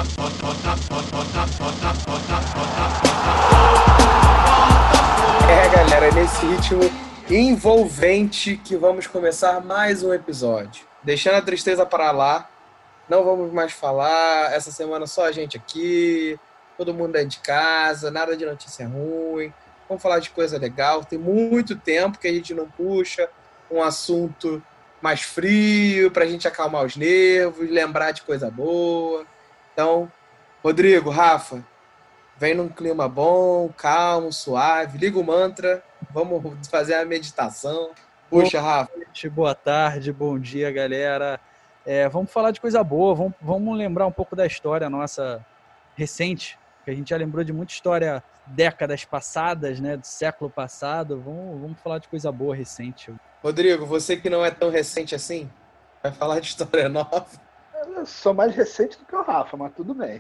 Galera, nesse ritmo envolvente que vamos começar mais um episódio. Deixando a tristeza para lá, não vamos mais falar, essa semana só a gente aqui, todo mundo dentro de casa, nada de notícia ruim, vamos falar de coisa legal. Tem muito tempo que a gente não puxa um assunto mais frio para a gente acalmar os nervos, lembrar de coisa boa. Então, Rodrigo, Rafa, vem num clima bom, calmo, suave, liga o mantra, vamos fazer a meditação. Puxa, Rafa. Boa tarde, bom dia, galera. Vamos falar de coisa boa, vamos lembrar um pouco da história nossa recente, que a gente já lembrou de muita história décadas passadas, né, do século passado. Vamos falar de coisa boa recente. Rodrigo, você que não é tão recente assim, vai falar de história nova? Eu sou mais recente do que o Rafa, mas tudo bem.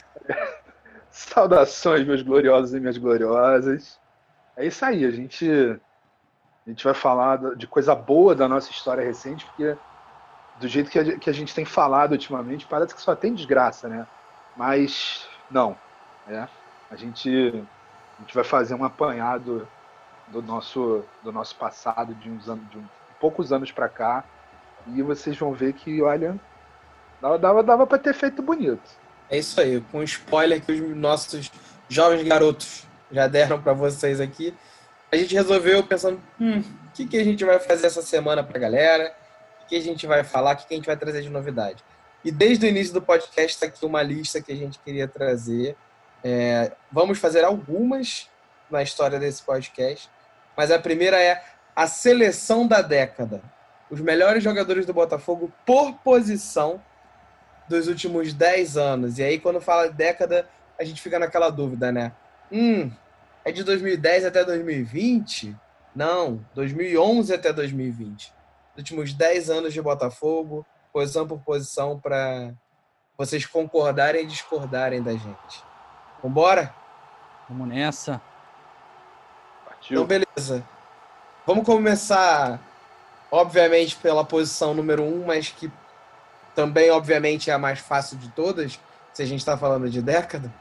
Saudações, meus gloriosos e minhas gloriosas. É isso aí, a gente vai falar de coisa boa da nossa história recente, porque do jeito que a gente tem falado ultimamente, parece que só tem desgraça, né? Mas não, né? A gente vai fazer um apanhado do nosso passado, de poucos anos para cá, e vocês vão ver que, olha, dava para ter feito bonito. É isso aí, com o spoiler que os nossos jovens garotos já deram para vocês aqui. A gente resolveu pensando, o que a gente vai fazer essa semana pra galera? O que a gente vai falar? O que a gente vai trazer de novidade? E desde o início do podcast está aqui uma lista que a gente queria trazer. Vamos fazer algumas na história desse podcast, mas a primeira é a seleção da década. Os melhores jogadores do Botafogo por posição dos últimos 10 anos. E aí, quando fala década, a gente fica naquela dúvida, né? É de 2010 até 2020? Não, 2011 até 2020. Os últimos 10 anos de Botafogo, posição por posição, para vocês concordarem e discordarem da gente. Vambora? Vamos nessa. Partiu. Então, beleza. Vamos começar, obviamente, pela posição número 1, mas que também, obviamente, é a mais fácil de todas, se a gente está falando de década.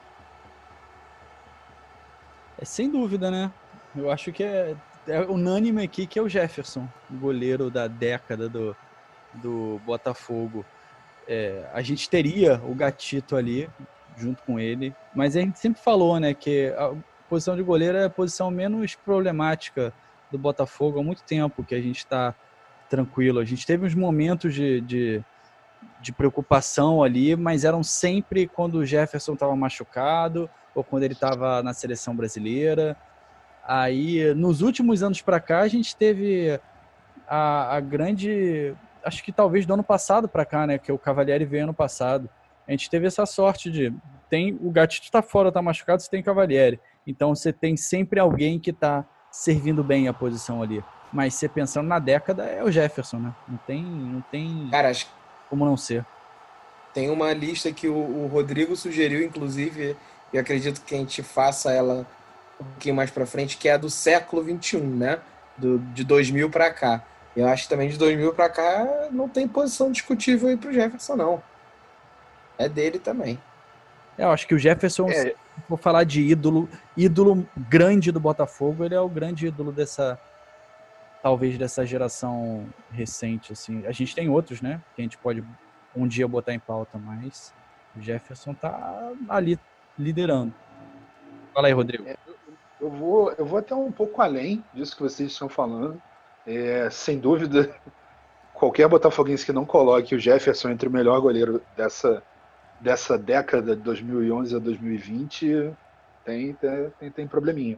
Sem dúvida, né? Eu acho que é unânime aqui que é o Jefferson, o goleiro da década do Botafogo. A gente teria o Gatito ali, junto com ele, mas a gente sempre falou, né, que a posição de goleiro é a posição menos problemática do Botafogo há muito tempo que a gente está tranquilo. A gente teve uns momentos de preocupação ali, mas eram sempre quando o Jefferson estava machucado ou quando ele estava na seleção brasileira. Aí, nos últimos anos para cá, a gente teve a grande... Acho que talvez do ano passado para cá, né? Que o Cavalieri veio ano passado. A gente teve essa sorte de... o Gatito está fora, está machucado, você tem Cavalieri. Então, você tem sempre alguém que está servindo bem a posição ali. Mas, você pensando na década, é o Jefferson, né? Não tem Cara, acho que como não ser. tem uma lista que o Rodrigo sugeriu, inclusive, e acredito que a gente faça ela um pouquinho mais para frente, que é a do século XXI, né? De 2000 para cá. Eu acho que também de 2000 para cá não tem posição discutível aí pro Jefferson, não. É dele também. Eu acho que o Jefferson, se for falar de ídolo grande do Botafogo, ele é o grande ídolo talvez dessa geração recente, assim. A gente tem outros, né, que a gente pode um dia botar em pauta, mas o Jefferson tá ali liderando. Fala aí, Rodrigo. Eu vou até um pouco além disso que vocês estão falando. Sem dúvida, qualquer botafoguense que não coloque o Jefferson entre o melhor goleiro dessa década de 2011 a 2020 tem probleminha.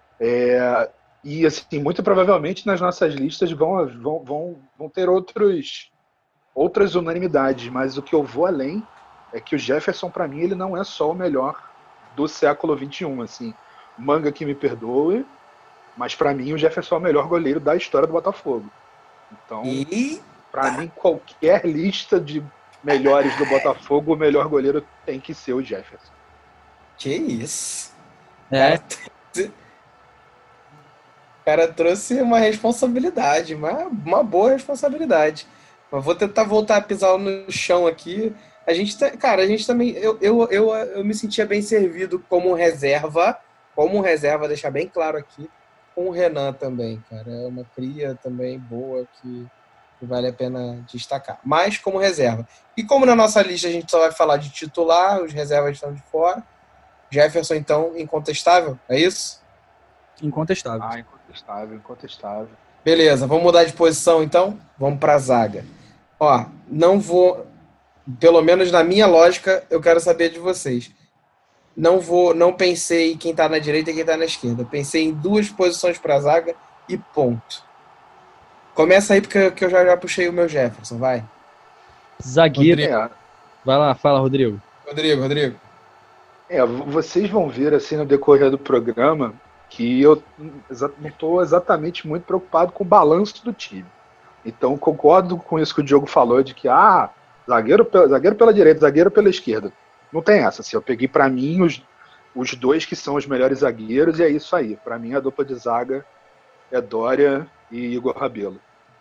E assim, muito provavelmente nas nossas listas vão ter outras unanimidades, mas o que eu vou além é que o Jefferson, para mim, ele não é só o melhor do século XXI, assim. Manga que me perdoe, mas para mim o Jefferson é o melhor goleiro da história do Botafogo. Então, para mim, qualquer lista de melhores do Botafogo, o melhor goleiro tem que ser o Jefferson. Que isso? O cara trouxe uma responsabilidade, uma boa responsabilidade. Mas vou tentar voltar a pisar no chão aqui. Cara, a gente também. Eu me sentia bem servido como reserva, deixar bem claro aqui, com o Renan também, cara. É uma cria também boa que vale a pena destacar. Mas como reserva. E como na nossa lista a gente só vai falar de titular, os reservas estão de fora. Jefferson, então, incontestável, é isso? Incontestável. Ah, incontestável, incontestável. Beleza, vamos mudar de posição então? Vamos para a zaga. Ó, não vou. Pelo menos na minha lógica, eu quero saber de vocês. Não pensei em quem tá na direita e quem tá na esquerda. Pensei em duas posições para zaga e ponto. Começa aí porque eu já puxei o meu Jefferson, vai. Zagueiro. É, Vai lá, fala, Rodrigo. Rodrigo. vocês vão ver assim no decorrer do programa que eu não estou exatamente muito preocupado com o balanço do time. Então concordo com isso que o Diogo falou de que zagueiro pela direita, zagueiro pela esquerda. Não tem essa. Assim, eu peguei para mim os dois que são os melhores zagueiros e é isso aí. Para mim a dupla de zaga é Dória e Igor Rabelo.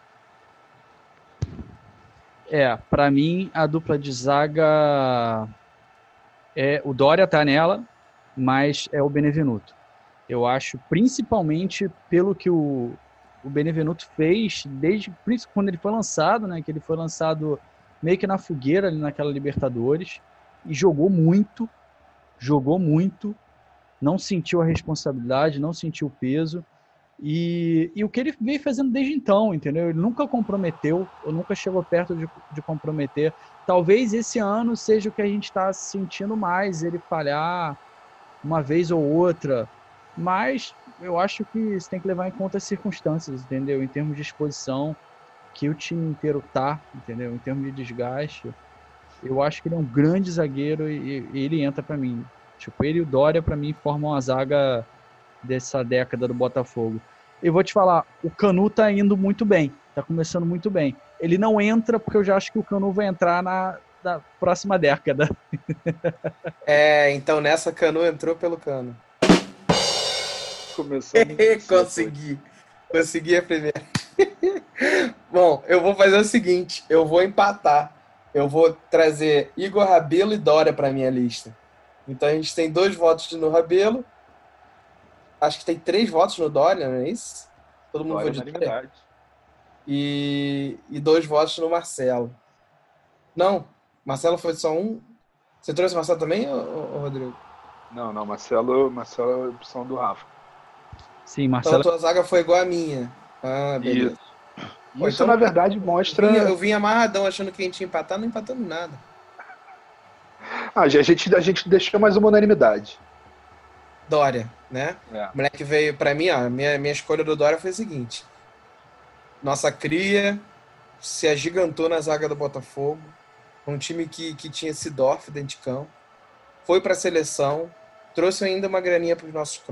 Pra mim a dupla de zaga o Dória tá nela, mas é o Benevenuto. Eu acho, principalmente pelo que o Benevenuto fez desde quando ele foi lançado, né? Que ele foi lançado meio que na fogueira ali naquela Libertadores e jogou muito, não sentiu a responsabilidade, não sentiu o peso. E o que ele veio fazendo desde então, entendeu? Ele nunca comprometeu, ou nunca chegou perto de comprometer. Talvez esse ano seja o que a gente está sentindo mais, ele falhar uma vez ou outra, mas eu acho que você tem que levar em conta as circunstâncias, entendeu? Em termos de exposição, que o time inteiro tá, entendeu? Em termos de desgaste, eu acho que ele é um grande zagueiro e ele entra para mim. Tipo, ele e o Dória, para mim, formam a zaga dessa década do Botafogo. Eu vou te falar, o Canu tá indo muito bem, tá começando muito bem. Ele não entra porque eu já acho que o Canu vai entrar na próxima década. Então nessa Canu entrou pelo Cano. Começando. Consegui a primeira. Bom, eu vou fazer o seguinte, eu vou empatar. Eu vou trazer Igor Rabelo e Dória para minha lista. Então a gente tem 2 votos no Rabelo. Acho que tem 3 votos no Dória, não é isso? Todo mundo Dória votou de Dória. unanimidade. E 2 votos no Marcelo. Não, Marcelo foi só um. Você trouxe o Marcelo também, Rodrigo? Não, Marcelo é a opção do Rafa. Sim, Então Marcelo. a tua zaga foi igual a minha. Ah, beleza. Isso, na verdade, mostra. Eu vim amarradão achando que a gente ia empatar, não empatamos nada. A gente deixou mais uma unanimidade. Dória, né? O moleque veio pra mim, ó. Minha escolha do Dória foi a seguinte: nossa cria se agigantou na zaga do Botafogo. Um time que tinha Sidorf dentro de campo. Foi pra seleção. Trouxe ainda uma graninha pros nossos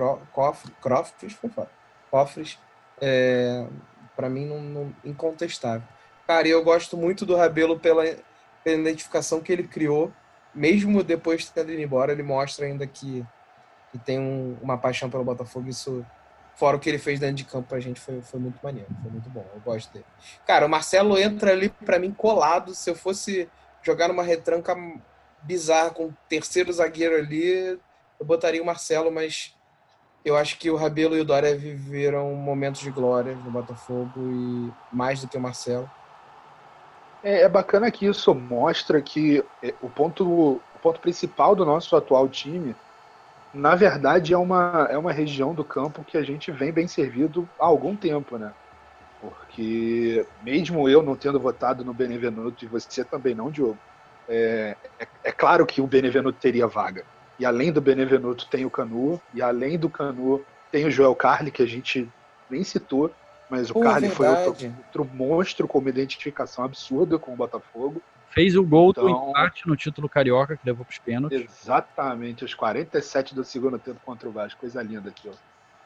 cofres. Pra mim, incontestável. Cara, e eu gosto muito do Rabelo pela identificação que ele criou. Mesmo depois de ter ido embora, ele mostra ainda que tem uma paixão pelo Botafogo. Isso, fora o que ele fez dentro de campo pra gente, foi muito maneiro. Foi muito bom. Eu gosto dele. Cara, o Marcelo entra ali pra mim colado. Se eu fosse jogar numa retranca bizarra com o terceiro zagueiro ali, eu botaria o Marcelo, mas eu acho que o Rabelo e o Dória viveram momentos de glória no Botafogo e mais do que o Marcelo. É bacana que isso mostra que o ponto principal do nosso atual time, na verdade, é uma região do campo que a gente vem bem servido há algum tempo, né? Porque mesmo eu não tendo votado no Benevenuto e você também não, Diogo, é claro que o Benevenuto teria vaga. E além do Benevenuto tem o Canu, e além do Canu tem o Joel Carli, que a gente nem citou, mas o Carli foi outro monstro com uma identificação absurda com o Botafogo. Fez o gol do empate no título carioca, que levou para os pênaltis. Exatamente, os 47 do segundo tempo contra o Vasco, coisa linda aqui, ó.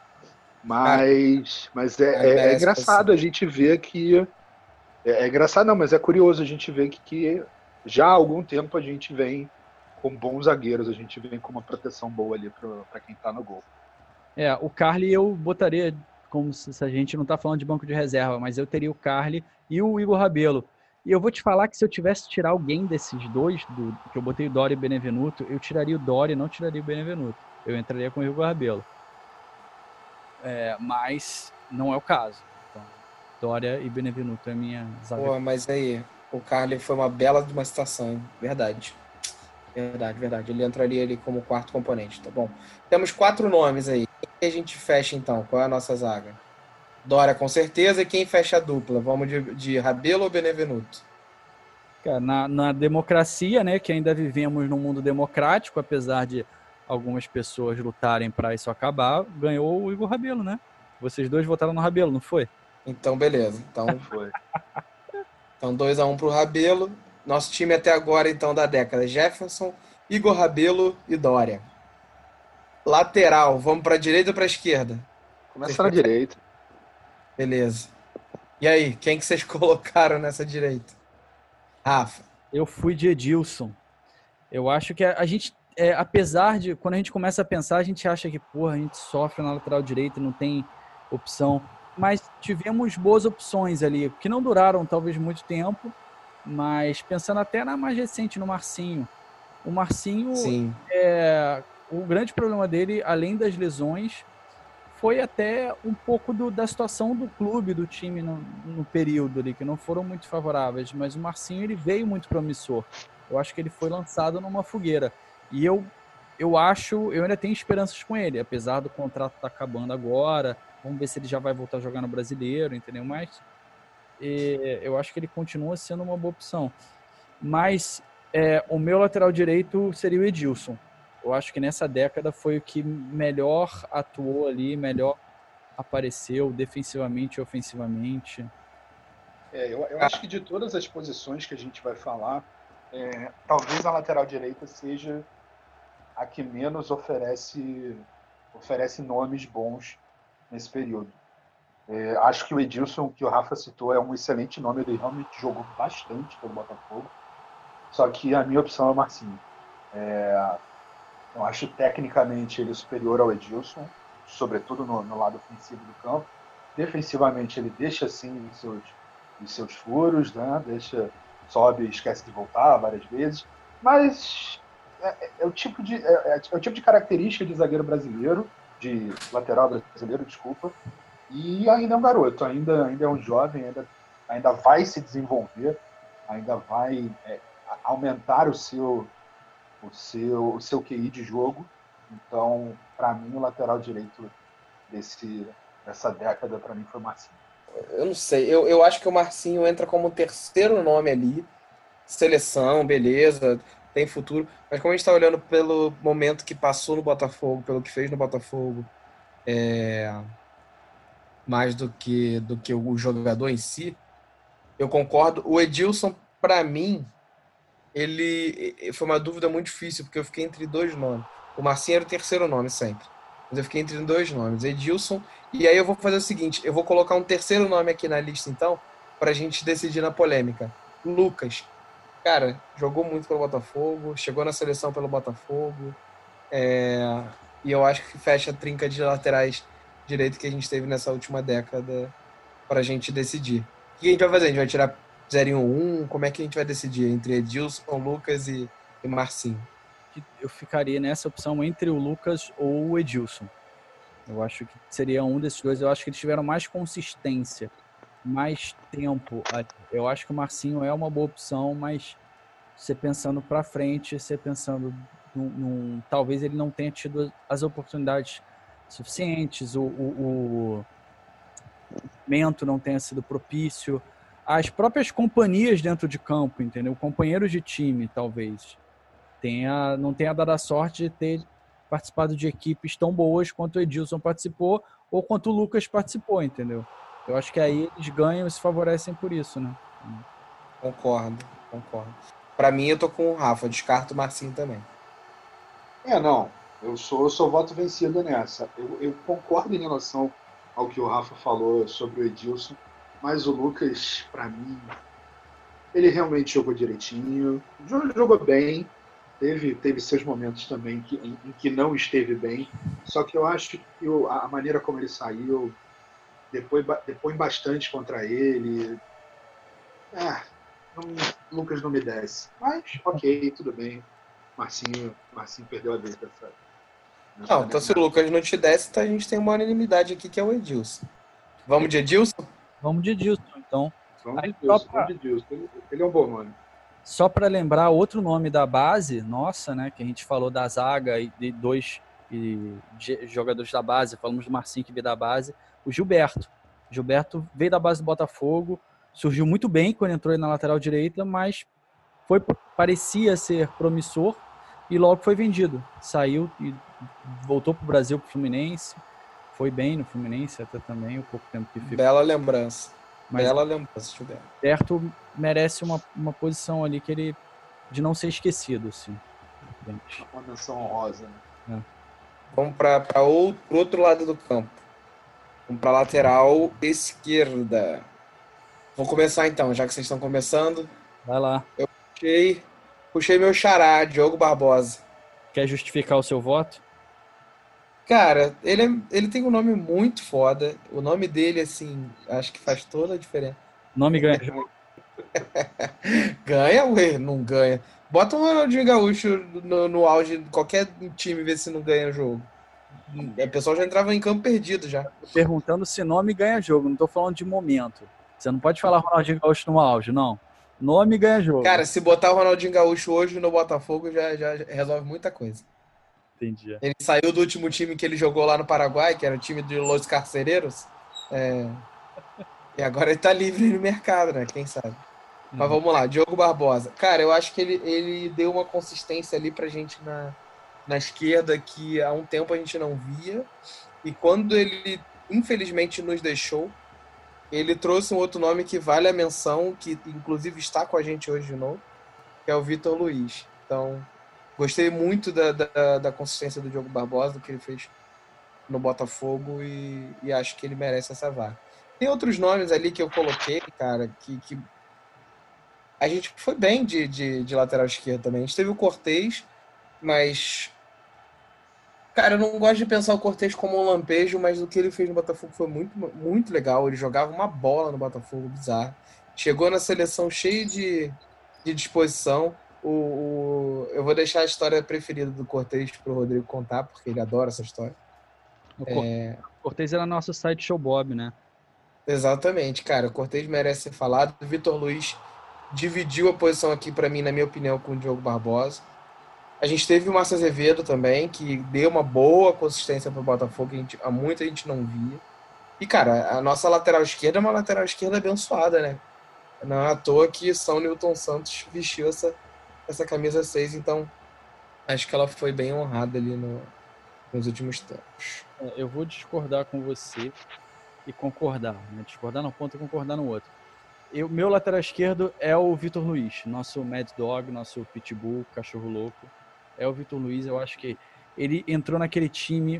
Mas é engraçado a gente ver que... É engraçado não, mas é curioso a gente ver que já há algum tempo a gente vem com bons zagueiros, a gente vem com uma proteção boa ali para quem tá no gol. O Carli eu botaria, como se a gente não tá falando de banco de reserva, mas eu teria o Carli e o Igor Rabelo. E eu vou te falar que se eu tivesse que tirar alguém desses dois, que eu botei o Dória e o Benevenuto, eu tiraria o Dória e não tiraria o Benevenuto. Eu entraria com o Igor Rabelo. Mas não é o caso. Então, Dória e Benevenuto é a minha zaga. Pô, mas aí, o Carly foi uma bela de uma citação, hein? Verdade. Verdade, verdade. Ele entraria ali como quarto componente, tá bom. Temos 4 nomes aí. Quem a gente fecha então? Qual é a nossa zaga? Dória, com certeza. E quem fecha a dupla? Vamos de Rabelo ou Benevenuto? Cara, na democracia, né, que ainda vivemos num mundo democrático, apesar de algumas pessoas lutarem para isso acabar, ganhou o Igor Rabelo, né? Vocês dois votaram no Rabelo, não foi? Então, beleza. Foi. Então 2-1 pro Rabelo. Nosso time até agora, então, da década. Jefferson, Igor Rabelo e Dória. Lateral, vamos para direita ou para esquerda? Vocês Começa na preferem? direita. Beleza. E aí, quem que vocês colocaram nessa direita? Rafa. Eu fui de Edilson. Eu acho que a gente, apesar de, quando a gente começa a pensar, a gente acha que, porra, a gente sofre na lateral direita, não tem opção. Mas tivemos boas opções ali, que não duraram talvez muito tempo, mas pensando até na mais recente, no Marcinho. O Marcinho, Sim. o grande problema dele, além das lesões, foi até um pouco da situação do clube, do time no período ali, que não foram muito favoráveis, mas o Marcinho ele veio muito promissor. Eu acho que ele foi lançado numa fogueira. E eu ainda tenho esperanças com ele, apesar do contrato estar acabando agora. Vamos ver se ele já vai voltar a jogar no Brasileiro, entendeu? Mas eu acho que ele continua sendo uma boa opção. Mas o meu lateral direito seria o Edilson. Eu acho que nessa década foi o que melhor atuou ali, melhor apareceu defensivamente e ofensivamente. Eu acho que de todas as posições que a gente vai falar, talvez a lateral direita seja a que menos oferece nomes bons nesse período. Acho que o Edilson, que o Rafa citou, é um excelente nome. Ele realmente jogou bastante pelo Botafogo. Só que a minha opção é o Marcinho. Eu acho tecnicamente ele superior ao Edilson, sobretudo no lado ofensivo do campo. Defensivamente ele deixa sim os seus furos, né? Sobe e esquece de voltar várias vezes. Mas é o tipo de característica de zagueiro brasileiro, de lateral brasileiro, desculpa. E ainda é um garoto, ainda é um jovem, ainda vai se desenvolver, ainda vai aumentar o seu QI de jogo. Então, para mim, o lateral direito dessa década, para mim, foi o Marcinho. Eu não sei. Eu acho que o Marcinho entra como terceiro nome ali. Seleção, beleza, tem futuro. Mas como a gente está olhando pelo momento que passou no Botafogo, pelo que fez no Botafogo, mais do que o jogador em si, eu concordo. O Edilson, para mim, ele foi uma dúvida muito difícil, porque eu fiquei entre 2 nomes. O Marcinho era o terceiro nome sempre. Mas eu fiquei entre 2 nomes, Edilson. E aí eu vou fazer o seguinte: eu vou colocar um terceiro nome aqui na lista, então, para a gente decidir na polêmica. Lucas. Cara, jogou muito pelo Botafogo, chegou na seleção pelo Botafogo. E eu acho que fecha a trinca de laterais direito que a gente teve nessa última década para a gente decidir. O que a gente vai fazer? A gente vai tirar 0 e 1? Como é que a gente vai decidir entre Edilson, Lucas e Marcinho? Eu ficaria nessa opção entre o Lucas ou o Edilson. Eu acho que seria um desses dois. Eu acho que eles tiveram mais consistência, mais tempo. Eu acho que o Marcinho é uma boa opção, mas você pensando para frente, você pensando talvez ele não tenha tido as oportunidades suficientes, o momento não tenha sido propício, as próprias companhias dentro de campo, entendeu? Companheiros de time, talvez não tenha dado a sorte de ter participado de equipes tão boas quanto o Edilson participou ou quanto o Lucas participou, entendeu? Eu acho que aí eles ganham e se favorecem por isso, né? Concordo. Para mim, eu tô com o Rafa, descarto o Marcinho também. Não. Eu sou voto vencido nessa. Eu concordo em relação ao que o Rafa falou sobre o Edilson, mas o Lucas, para mim, ele realmente jogou direitinho, jogou bem, teve seus momentos também em que não esteve bem, só que eu acho que a maneira como ele saiu, depois bastante contra ele. Lucas não me desce. Mas, ok, tudo bem. Marcinho perdeu a vez dessa. Não, então se o Lucas não te desse, então a gente tem uma unanimidade aqui, que é o Edilson. Vamos de Edilson? Vamos de Edilson, então. Vamos de Edilson. Ele é um bom nome. Só para lembrar, outro nome da base, nossa, né, que a gente falou da zaga e de dois jogadores da base, falamos do Marcinho que veio da base, o Gilberto. Gilberto veio da base do Botafogo, surgiu muito bem quando entrou na lateral direita, mas parecia ser promissor e logo foi vendido. Saiu e voltou para o Brasil, para o Fluminense, foi bem no Fluminense até também, o pouco tempo que ficou. Bela lembrança. Mas Bela lembrança, Gilberto. Gilberto merece uma posição ali que ele de não ser esquecido, assim. Uma menção honrosa, né? Vamos para outro lado do campo. Vamos para a lateral esquerda. Vou começar então, já que vocês estão começando. Vai lá. Eu puxei meu xará, Diogo Barbosa. Quer justificar o seu voto? Cara, ele tem um nome muito foda. O nome dele, assim, acho que faz toda a diferença. Nome ganha jogo. Ganha, ué, não ganha. Bota um Ronaldinho Gaúcho no auge de qualquer time e vê se não ganha o jogo. O pessoal já entrava em campo perdido já. Tô perguntando se nome ganha jogo, não tô falando de momento. Você não pode falar Ronaldinho Gaúcho no auge, não. Nome ganha jogo. Cara, se botar o Ronaldinho Gaúcho hoje no Botafogo, já resolve muita coisa. Entendi. Ele saiu do último time que ele jogou lá no Paraguai, que era o time de Los Carcereiros. E agora ele tá livre no mercado, né? Quem sabe? Mas vamos lá, Diogo Barbosa. Cara, eu acho que ele deu uma consistência ali pra gente na esquerda que há um tempo a gente não via. E quando ele, infelizmente, nos deixou, ele trouxe um outro nome que vale a menção, que inclusive está com a gente hoje de novo, que é o Vitor Luiz. Então, gostei muito da consistência do Diogo Barbosa, do que ele fez no Botafogo, e acho que ele merece essa vaga. Tem outros nomes ali que eu coloquei, cara, que a gente foi bem de lateral esquerdo também. A gente teve o Cortez, mas, cara, eu não gosto de pensar o Cortez como um lampejo, mas o que ele fez no Botafogo foi muito, muito legal. Ele jogava uma bola no Botafogo, bizarro. Chegou na seleção cheio de disposição. Eu vou deixar a história preferida do Cortez pro Rodrigo contar, porque ele adora essa história. O Cortez era nosso site Show Bob, né? Exatamente, cara. O Cortez merece ser falado. O Vitor Luiz dividiu a posição aqui para mim, na minha opinião, com o Diogo Barbosa. A gente teve o Márcio Azevedo também, que deu uma boa consistência para o Botafogo, que há muita gente não via. E, cara, a nossa lateral esquerda é uma lateral esquerda abençoada, né? Não é à toa que São Nilton Santos vestiu essa camisa 6, então acho que ela foi bem honrada ali nos últimos tempos. Eu vou discordar com você e concordar. Né? Discordar no ponto e concordar no outro. Meu lateral esquerdo é o Vitor Luiz, nosso Mad Dog, nosso Pitbull, cachorro louco. É o Vitor Luiz, eu acho que ele entrou naquele time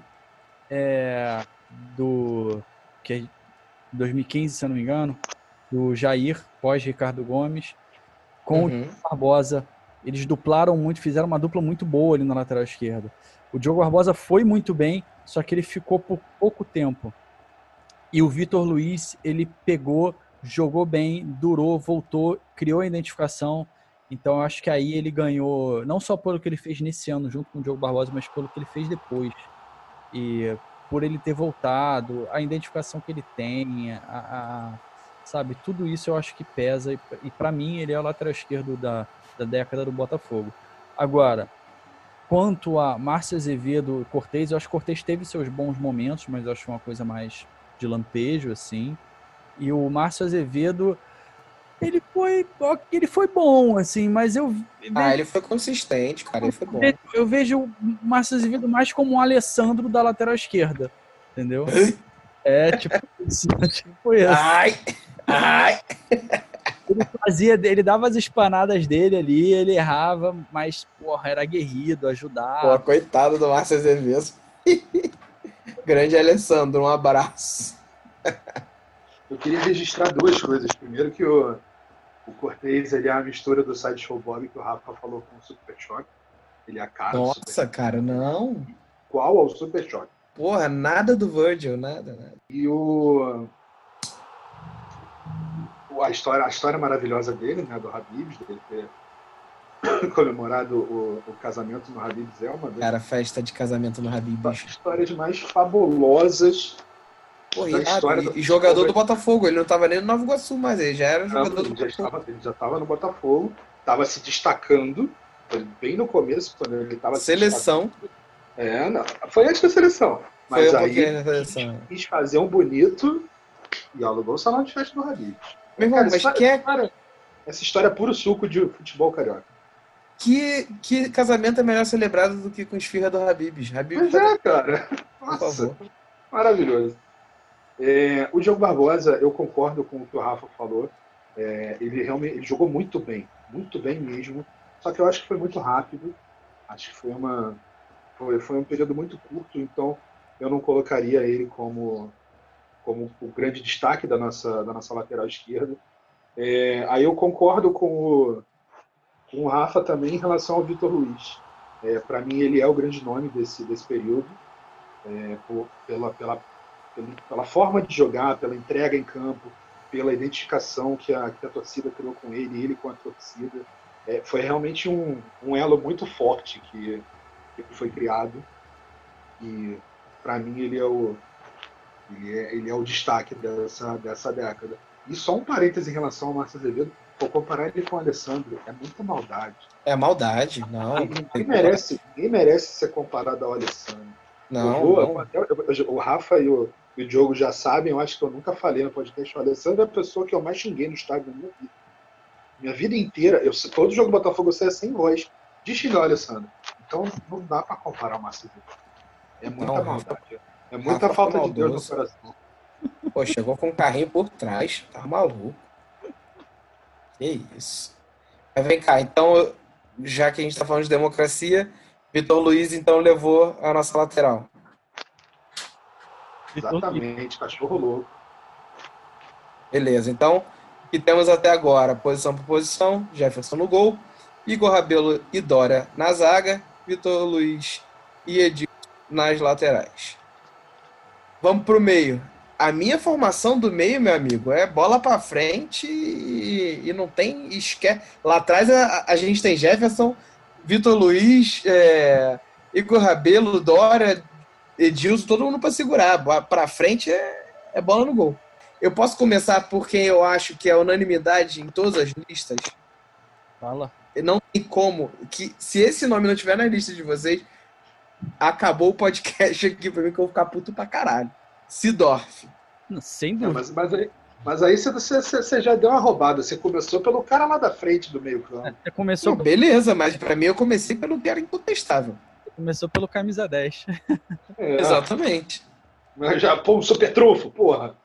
que é 2015, se eu não me engano, do Jair, pós-Ricardo Gomes, com o Diogo Barbosa. Eles duplaram muito, fizeram uma dupla muito boa ali na lateral esquerda. O Diogo Barbosa foi muito bem, só que ele ficou por pouco tempo. E o Vitor Luiz, ele pegou, jogou bem, durou, voltou, criou a identificação. Então, eu acho que aí ele ganhou, não só pelo que ele fez nesse ano junto com o Diogo Barbosa, mas pelo que ele fez depois. E por ele ter voltado, a identificação que ele tem, sabe, tudo isso eu acho que pesa. E para mim, ele é o lateral esquerdo da década do Botafogo. Agora, quanto a Márcio Azevedo e Cortez, eu acho que Cortez teve seus bons momentos, mas eu acho uma coisa mais de lampejo, assim. E o Márcio Azevedo, ele foi bom, assim, mas ele foi consistente, cara, ele foi bom. Eu vejo o Márcio Azevedo mais como um Alessandro da lateral esquerda, entendeu? Tipo isso. Ai! Ele dava as espanadas dele ali, ele errava, mas, porra, era aguerrido, ajudava. Pô, coitado do Márcio Azevedo. Grande Alessandro, um abraço. Eu queria registrar duas coisas. Primeiro, que o Cortez, ele é a mistura do Side Show Bob que o Rafa falou com o Super Choque. Ele é a cara do Super Nossa, cara, não. Qual ao Super Choque? Porra, nada do Virgil, nada. E o a história maravilhosa dele, né, do Habibs, dele ter comemorado o casamento no Habibs é uma Cara, festa de casamento no das Habib's. histórias mais fabulosas Pô, da irado. história do E jogador do futebol Botafogo. Ele não tava nem no Nova Iguaçu, mas ele já era jogador brasileiro. do Botafogo. Ele já estava no Botafogo, estava se destacando, bem no começo, quando ele estava se destacando. Seleção. Não, foi antes da seleção. Foi Mas um aí pouquinho na seleção. quis fazer um bonito e alugou o salão de festa do Habibs. Meu irmão, mas quem é... Essa história é puro suco de futebol carioca. Que casamento é melhor celebrado do que com esfirra do Habib's? Habib's Mas é, cara. por Nossa, favor. maravilhoso. O Diogo Barbosa, eu concordo com o que o Rafa falou. Ele realmente ele jogou muito bem mesmo. Só que eu acho que foi muito rápido. Acho que foi um período muito curto, então eu não colocaria ele como o grande destaque da nossa lateral esquerda. Aí eu concordo com o Rafa também em relação ao Vitor Luiz. Para mim, ele é o grande nome desse período, pela forma de jogar, pela entrega em campo, pela identificação que a torcida criou com ele com a torcida. Foi realmente um elo muito forte que foi criado. E, para mim, ele é o destaque dessa década. E só um parêntese em relação ao Márcio Azevedo, vou comparar ele com o Alessandro, é muita maldade. É maldade, não. Ninguém merece ser comparado ao Alessandro. Não. O Rafa e o Diogo já sabem, eu acho que eu nunca falei no podcast, o Alessandro é a pessoa que eu mais xinguei no estádio na minha vida. Minha vida inteira, todo jogo do Botafogo eu saia sem voz de xingar o Alessandro. Então não dá pra comparar o Márcio Azevedo. É muita maldade. É muita Rafa falta foi de Deus no maldoso. coração. Pô, chegou com um carrinho por trás. Tá maluco. Que isso. Mas vem cá, então, já que a gente tá falando de democracia, Vitor Luiz, então, levou a nossa lateral. Exatamente, cachorro louco. Beleza, então, o que temos até agora? Posição por posição, Jefferson no gol, Igor Rabelo e Dória na zaga, Vitor Luiz e Edilson nas laterais. Vamos pro meio. A minha formação do meio, meu amigo, é bola pra frente e não tem esquece. Lá atrás a gente tem Jefferson, Vitor Luiz, Igor Rabelo, Dória, Edilson, todo mundo pra segurar. Pra frente é bola no gol. Eu posso começar por quem eu acho que é unanimidade em todas as listas? Fala. Não tem como. Se esse nome não tiver na lista de vocês, acabou o podcast aqui pra mim que eu vou ficar puto pra caralho. Sidorf. Sem dúvida. Mas aí você já deu uma roubada. Você começou pelo cara lá da frente do meio campo. Você começou, beleza, mas pra mim eu comecei pelo que era incontestável. começou pelo camisa 10. Exatamente. Mas já, pô, super trunfo, porra.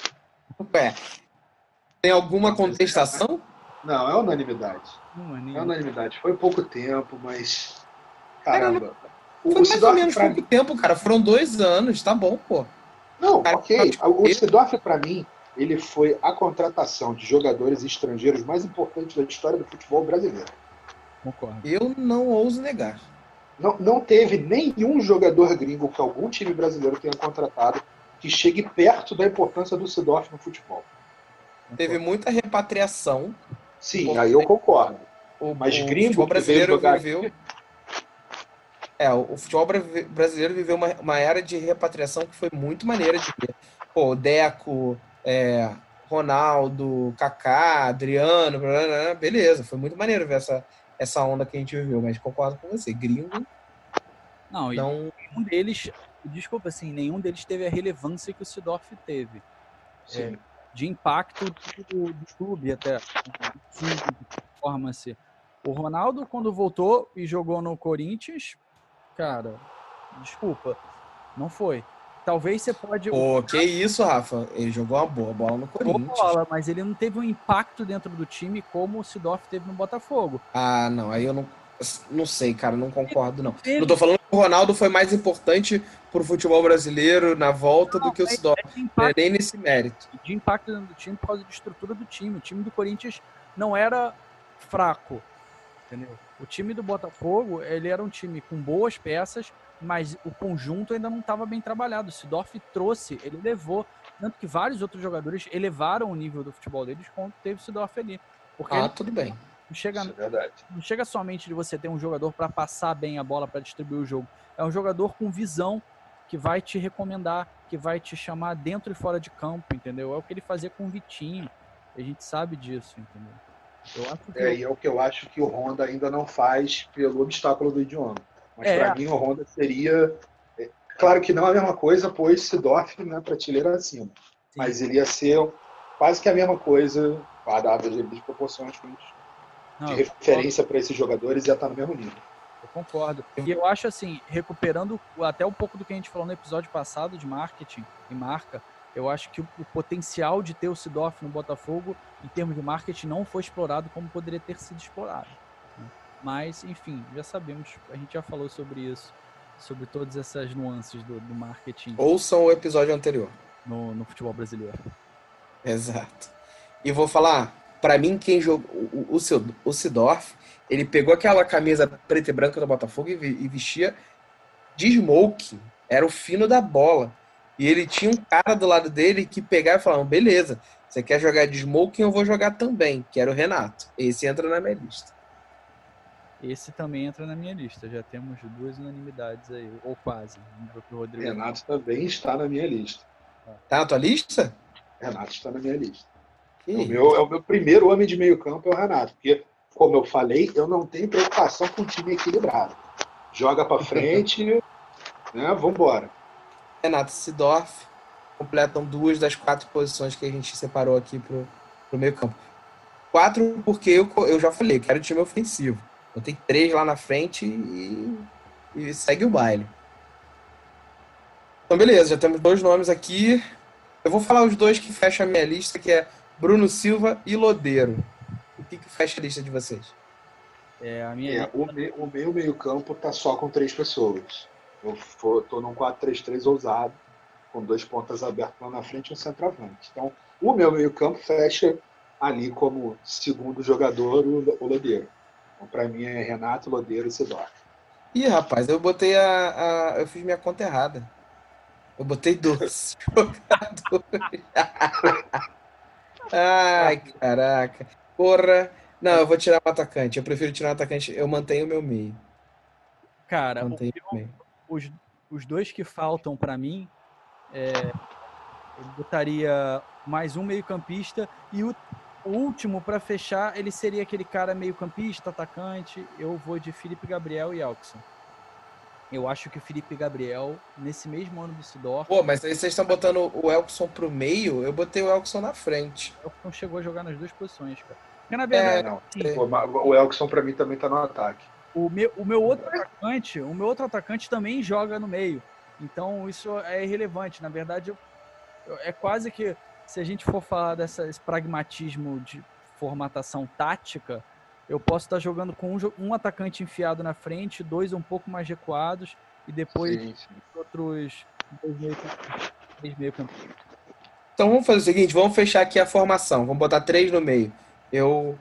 Tem alguma contestação? Não, é unanimidade. É unanimidade. Foi pouco tempo, mas... Caramba. Foi mais ou menos pouco tempo, cara. Foram 2 anos, tá bom, pô. Não, ok. O Sidorf, pra mim, ele foi a contratação de jogadores estrangeiros mais importante da história do futebol brasileiro. Concordo. Eu não ouso negar. Não teve nenhum jogador gringo que algum time brasileiro tenha contratado que chegue perto da importância do Sidorf no futebol. Teve muita repatriação. Sim, aí eu concordo. Mas o gringo futebol brasileiro que veio viveu... o futebol brasileiro viveu uma era de repatriação que foi muito maneira de ver. Pô, Deco, Ronaldo, Kaká, Adriano, beleza, foi muito maneiro ver essa onda que a gente viveu, mas concordo com você, gringo. Não, nenhum deles, desculpa, assim, nenhum deles teve a relevância que o Sidorf teve. De impacto do clube até, de performance. O Ronaldo, quando voltou e jogou no Corinthians, cara, desculpa, não foi. Talvez você pode... Pô, que isso, Rafa? Ele jogou uma boa bola no Corinthians. Bola, mas ele não teve um impacto dentro do time como o Sidorf teve no Botafogo. Ah, não, aí eu não sei, cara, não concordo, não. Não tô falando que o Ronaldo foi mais importante pro futebol brasileiro na volta do que o Sidorf. Nem nesse mérito. De impacto dentro do time por causa da estrutura do time. O time do Corinthians não era fraco, entendeu? O time do Botafogo, ele era um time com boas peças, mas o conjunto ainda não estava bem trabalhado. O Sidorf trouxe, ele levou. tanto que vários outros jogadores elevaram o nível do futebol deles quando teve o Seedorf ali. Porque tudo bem. não chega, Isso é verdade. não chega somente de você ter um jogador para passar bem a bola, para distribuir o jogo. É um jogador com visão que vai te recomendar, que vai te chamar dentro e fora de campo, entendeu? É o que ele fazia com o Vitinho. A gente sabe disso, entendeu? Eu acho que E é o que eu acho que o Honda ainda não faz pelo obstáculo do idioma. Mas para mim o Honda seria... Claro que não é a mesma coisa, pois Seedorf na prateleira acima. Sim. Mas ele ia ser quase que a mesma coisa, guardado as proporções de referência para esses jogadores, ia estar no mesmo nível. Eu concordo. E eu acho assim, recuperando até um pouco do que a gente falou no episódio passado de marketing e marca, eu acho que o potencial de ter o Seedorf no Botafogo, em termos de marketing, não foi explorado como poderia ter sido explorado. Mas, enfim, já sabemos, a gente já falou sobre isso, sobre todas essas nuances do marketing. Ouçam o episódio anterior. No futebol brasileiro. Exato. E vou falar, pra mim, quem jogou o Seedorf, ele pegou aquela camisa preta e branca do Botafogo e vestia de smoking. Era o fino da bola. E ele tinha um cara do lado dele que pegava e falava, beleza, você quer jogar de smoking, eu vou jogar também, que era o Renato. Esse entra na minha lista. Esse também entra na minha lista. Já temos 2 unanimidades aí, ou quase. Renato também está na minha lista. Tá na tua lista? Renato está na minha lista. É o meu primeiro homem de meio campo é o Renato, porque, como eu falei, eu não tenho preocupação com o time equilibrado. Joga para frente, né? Vambora. Renato e Seedorf completam 2 das 4 posições que a gente separou aqui pro meio campo. 4 porque eu já falei, quero time ofensivo. Eu tenho 3 lá na frente e segue o baile. Então, beleza, já temos 2 nomes aqui. Eu vou falar os 2 que fecham a minha lista, que é Bruno Silva e Lodeiro. O que fecha a lista de vocês? O meu meio-campo tá só com 3 pessoas. Eu tô num 4-3-3 ousado, com 2 pontas abertas lá na frente e um centroavante. Então, o meu meio-campo fecha ali como segundo jogador o Lodeiro. Então, para mim é Renato, Lodeiro e Seedorf. Ih, rapaz, eu botei eu fiz minha conta errada. Eu botei 2 jogadores. Ai, caraca. Porra. Não, eu vou tirar um atacante. Eu prefiro tirar um atacante. Eu mantenho o meu meio. Cara, os 2 que faltam para mim, eu botaria mais um meio-campista e o último para fechar, ele seria aquele cara meio-campista, atacante. Eu vou de Felipe Gabriel e Elkson. Eu acho que o Felipe Gabriel, nesse mesmo ano do Seedorf... Pô, mas aí vocês estão botando o Elkson pro meio, eu botei o Elkson na frente. O Elkson chegou a jogar nas 2 posições, cara. Porque, na verdade, o Elkson para mim também tá no ataque. O meu outro atacante também joga no meio. Então, isso é irrelevante. Na verdade, é quase que, se a gente for falar desse pragmatismo de formatação tática, eu posso estar jogando com um atacante enfiado na frente, 2 um pouco mais recuados, e depois outros 3 meio-campistas. Então vamos fazer o seguinte, vamos fechar aqui a formação. Vamos botar 3 no meio. Eu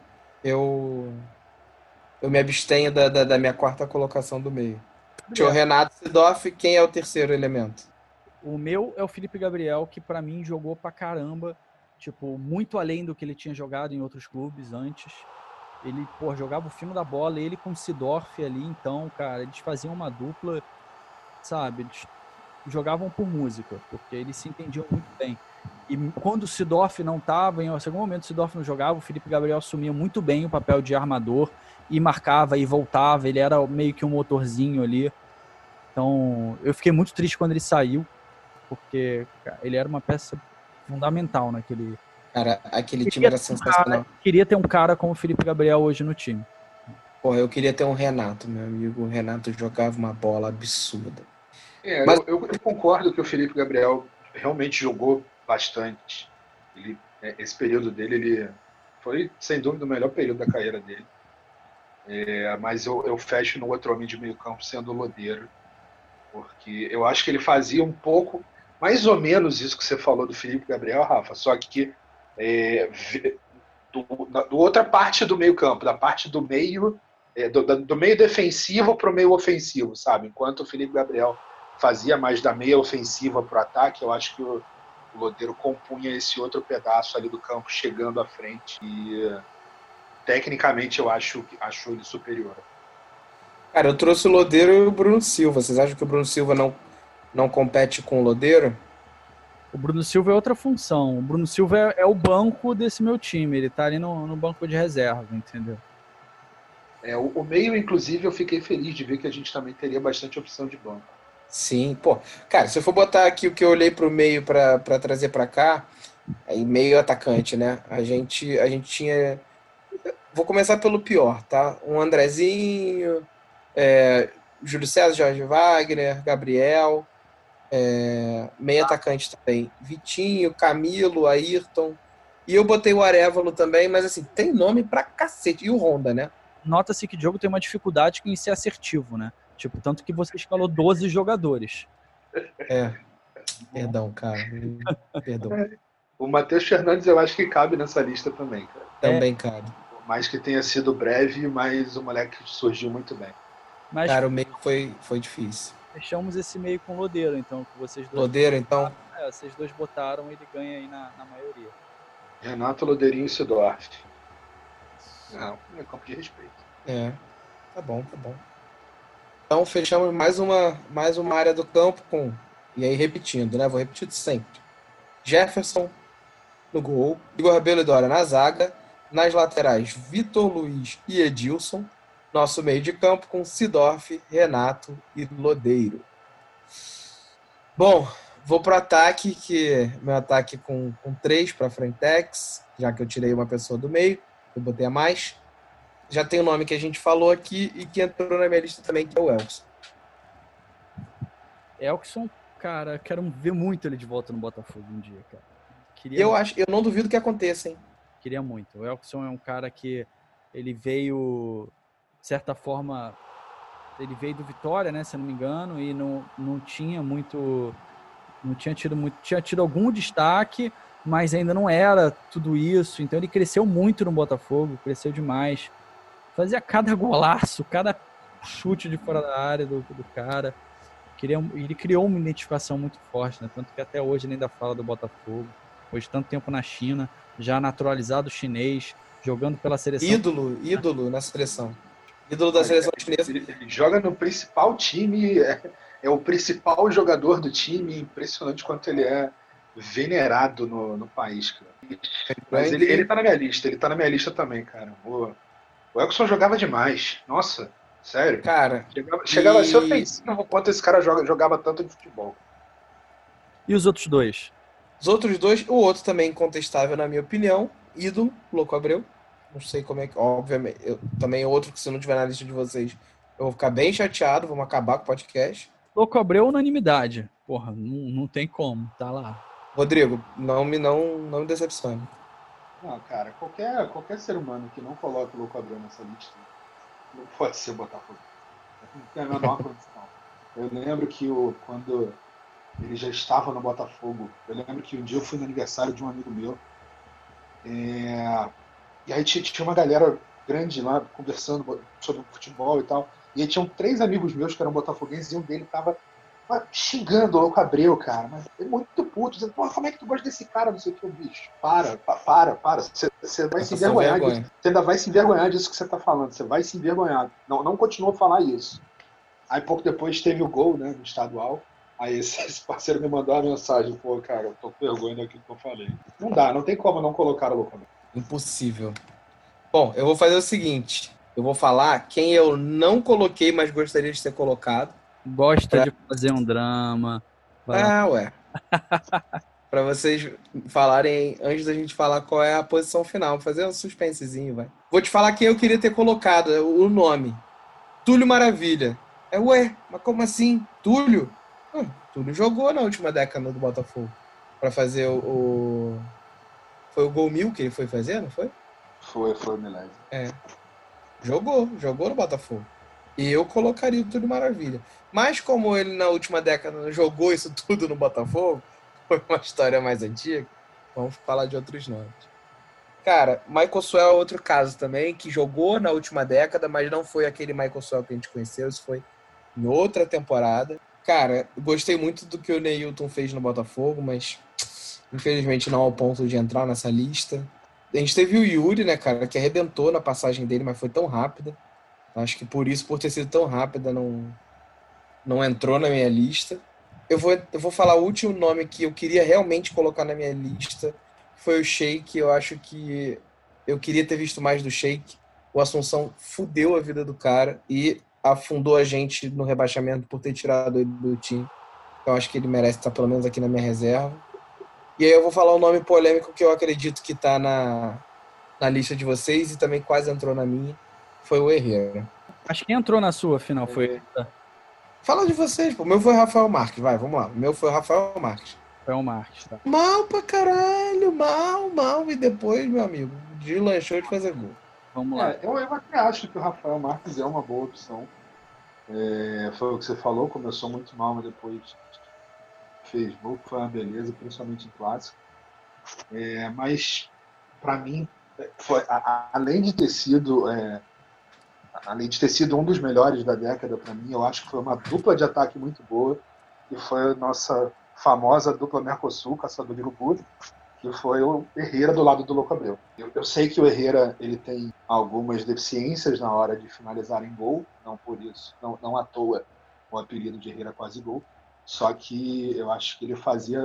me abstenho da minha 4ª colocação do meio. Tio Renato, Seedorf, quem é o terceiro elemento? O meu é o Felipe Gabriel, que pra mim jogou pra caramba, tipo, muito além do que ele tinha jogado em outros clubes antes. Ele, jogava o fino da bola, ele com o Seedorf ali, então, cara, eles faziam uma dupla, sabe? Eles jogavam por música, porque eles se entendiam muito bem. E quando o Seedorf não estava, em algum momento o Seedorf não jogava, o Felipe Gabriel assumia muito bem o papel de armador e marcava e voltava, ele era meio que um motorzinho ali. Então, eu fiquei muito triste quando ele saiu, porque cara, ele era uma peça fundamental naquele... Cara, aquele time era sensacional. Queria ter um cara como o Felipe Gabriel hoje no time. Porra, eu queria ter um Renato, meu amigo. O Renato jogava uma bola absurda. Mas eu concordo que o Felipe Gabriel realmente jogou bastante. Esse período dele, ele foi, sem dúvida, o melhor período da carreira dele. Mas eu fecho no outro homem de meio campo sendo o Lodeiro, porque eu acho que ele fazia um pouco, mais ou menos isso que você falou do Felipe Gabriel, Rafa, só que do outra parte do meio campo, da parte do meio, do meio defensivo para o meio ofensivo, sabe? Enquanto o Felipe Gabriel fazia mais da meia ofensiva para o ataque, eu acho que O Lodeiro compunha esse outro pedaço ali do campo, chegando à frente. E tecnicamente eu acho ele superior. Cara, eu trouxe o Lodeiro e o Bruno Silva. Vocês acham que o Bruno Silva não compete com o Lodeiro? O Bruno Silva é outra função. O Bruno Silva é o banco desse meu time. Ele tá ali no banco de reserva, entendeu? O meio, inclusive, eu fiquei feliz de ver que a gente também teria bastante opção de banco. Sim, pô. Cara, se eu for botar aqui o que eu olhei pro meio pra trazer pra cá, aí meio atacante, né? A gente tinha. Vou começar pelo pior, tá? Um Andrezinho, Júlio César, Jorge Wagner, Gabriel, meio atacante também. Vitinho, Camilo, Ayrton. E eu botei o Arévalo também, mas assim, tem nome pra cacete. E o Honda, né? Nota-se que o jogo tem uma dificuldade em ser assertivo, né? Tipo, tanto que você escalou 12 jogadores. Perdão, cara. Perdão. O Matheus Fernandes eu acho que cabe nessa lista também, cara. Também cabe. Por mais que tenha sido breve, mas o moleque surgiu muito bem. Mas Cara, o meio foi difícil. fechamos esse meio com o Lodeiro, então, que vocês dois. Lodeiro, então. Vocês dois botaram, ele ganha aí na maioria. Renato, Lodeirinho e Sidorf. Não, é campo de respeito. Tá bom. Então fechamos mais uma área do campo com. E aí repetindo, né? Vou repetir de sempre. Jefferson no gol, Igor Rabelo e Dória na zaga, nas laterais Vitor Luiz e Edilson, nosso meio de campo com Sidorf, Renato e Lodeiro. Bom, vou pro ataque, que meu ataque com 3 para Frentex, já que eu tirei uma pessoa do meio, eu botei a mais. Já tem o nome que a gente falou aqui e que entrou na minha lista também, que é o Elkson. Elkson, cara, quero ver muito ele de volta no Botafogo um dia, cara. Eu não duvido que aconteça, hein? Queria muito. O Elkson é um cara que ele veio, de certa forma, ele veio do Vitória, né, se eu não me engano, e não tinha muito, não tinha tido muito, tinha tido algum destaque, mas ainda não era tudo isso. Então ele cresceu muito no Botafogo, cresceu demais. Fazia cada golaço, cada chute de fora da área do cara. Ele criou uma identificação muito forte, né? Tanto que até hoje ele ainda fala do Botafogo. Depois de tanto tempo na China, já naturalizado chinês, jogando pela seleção. Ídolo na seleção. Ídolo da seleção chinesa. Ele joga no principal time, é o principal jogador do time. Impressionante quanto ele é venerado no país, cara. Mas ele tá na minha lista, também, cara. O Elkson jogava demais. Nossa, sério. Cara, chegava a ser ofensivo quanto esse cara jogava tanto de futebol. E os outros dois? Os outros dois, o outro também incontestável, na minha opinião, ídolo, Louco Abreu. Não sei como é que. Obviamente, também outro que, se não tiver na lista de vocês, eu vou ficar bem chateado, vamos acabar com o podcast. Louco Abreu, unanimidade. Porra, não tem como, tá lá. Rodrigo, não me decepcione. Não, cara, qualquer ser humano que não coloque o Louco Abreu nessa lista não pode ser Botafogo. Não tem a menor condição. Eu lembro que quando ele já estava no Botafogo, eu lembro que um dia eu fui no aniversário de um amigo meu, e aí tinha uma galera grande lá conversando sobre futebol e tal, e aí tinham 3 amigos meus que eram botafoguenses, e um deles tava xingando o Louco Abreu, cara, mas é muito puto, dizendo, pô, como é que tu gosta desse cara, não sei o que, bicho, para, você vai se envergonhar disso, você ainda vai se envergonhar disso que você tá falando, você vai se envergonhar, não continua a falar isso. Aí pouco depois teve o gol, né, no estadual, aí esse parceiro me mandou uma mensagem, pô, cara, eu tô com vergonha daquilo que eu falei. Não tem como não colocar o Louco Abreu. Impossível. Bom, eu vou fazer o seguinte, eu vou falar quem eu não coloquei, mas gostaria de ter colocado. Gosta de fazer um drama. Ué. Pra vocês falarem, antes da gente falar qual é a posição final, vou fazer um suspensezinho, vai. Vou te falar quem eu queria ter colocado, o nome. Túlio Maravilha. Ué, mas como assim? Túlio? Túlio jogou na última década do Botafogo. Pra fazer Foi o gol 1000 que ele foi fazer, não foi? Foi o milagre. Jogou no Botafogo. E eu colocaria o Túlio Maravilha. Mas como ele na última década jogou isso tudo no Botafogo, foi uma história mais antiga, vamos falar de outros nomes. Cara, Michael Suell é outro caso também, que jogou na última década, mas não foi aquele Michael Suell que a gente conheceu, isso foi em outra temporada. Cara, gostei muito do que o Neilton fez no Botafogo, mas Infelizmente não ao ponto de entrar nessa lista. A gente teve o Yuri, né, cara, que arrebentou na passagem dele, mas foi tão rápida. Acho que por isso, por ter sido tão rápida, não entrou na minha lista. Eu vou falar o último nome que eu queria realmente colocar na minha lista, foi o Sheik. Eu acho que eu queria ter visto mais do Sheik. O Assunção fudeu a vida do cara e afundou a gente no rebaixamento por ter tirado ele do time. Eu acho que ele merece estar pelo menos aqui na minha reserva. E aí eu vou falar um nome polêmico que eu acredito que está na lista de vocês e também quase entrou na minha. Foi o Herrera. Acho que entrou na sua final, foi. Fala de vocês, pô. O meu foi o Rafael Marques, vai, vamos lá. O meu foi o Rafael Marques. Rafael Marques, tá. Mal pra caralho, mal. E depois, meu amigo, deslanchou de fazer gol. Vamos lá. Eu até acho que o Rafael Marques é uma boa opção. Foi o que você falou, começou muito mal, mas depois fez gol, foi uma beleza, principalmente em clássico. Mas, para mim, foi, além de ter sido um dos melhores da década, para mim, eu acho que foi uma dupla de ataque muito boa, e foi a nossa famosa dupla Mercosul, caçador de urubu, que foi o Herrera do lado do Louco Abreu. Eu sei que o Herrera ele tem algumas deficiências na hora de finalizar em gol, não por isso, não à toa o apelido de Herrera quase gol, só que eu acho que ele fazia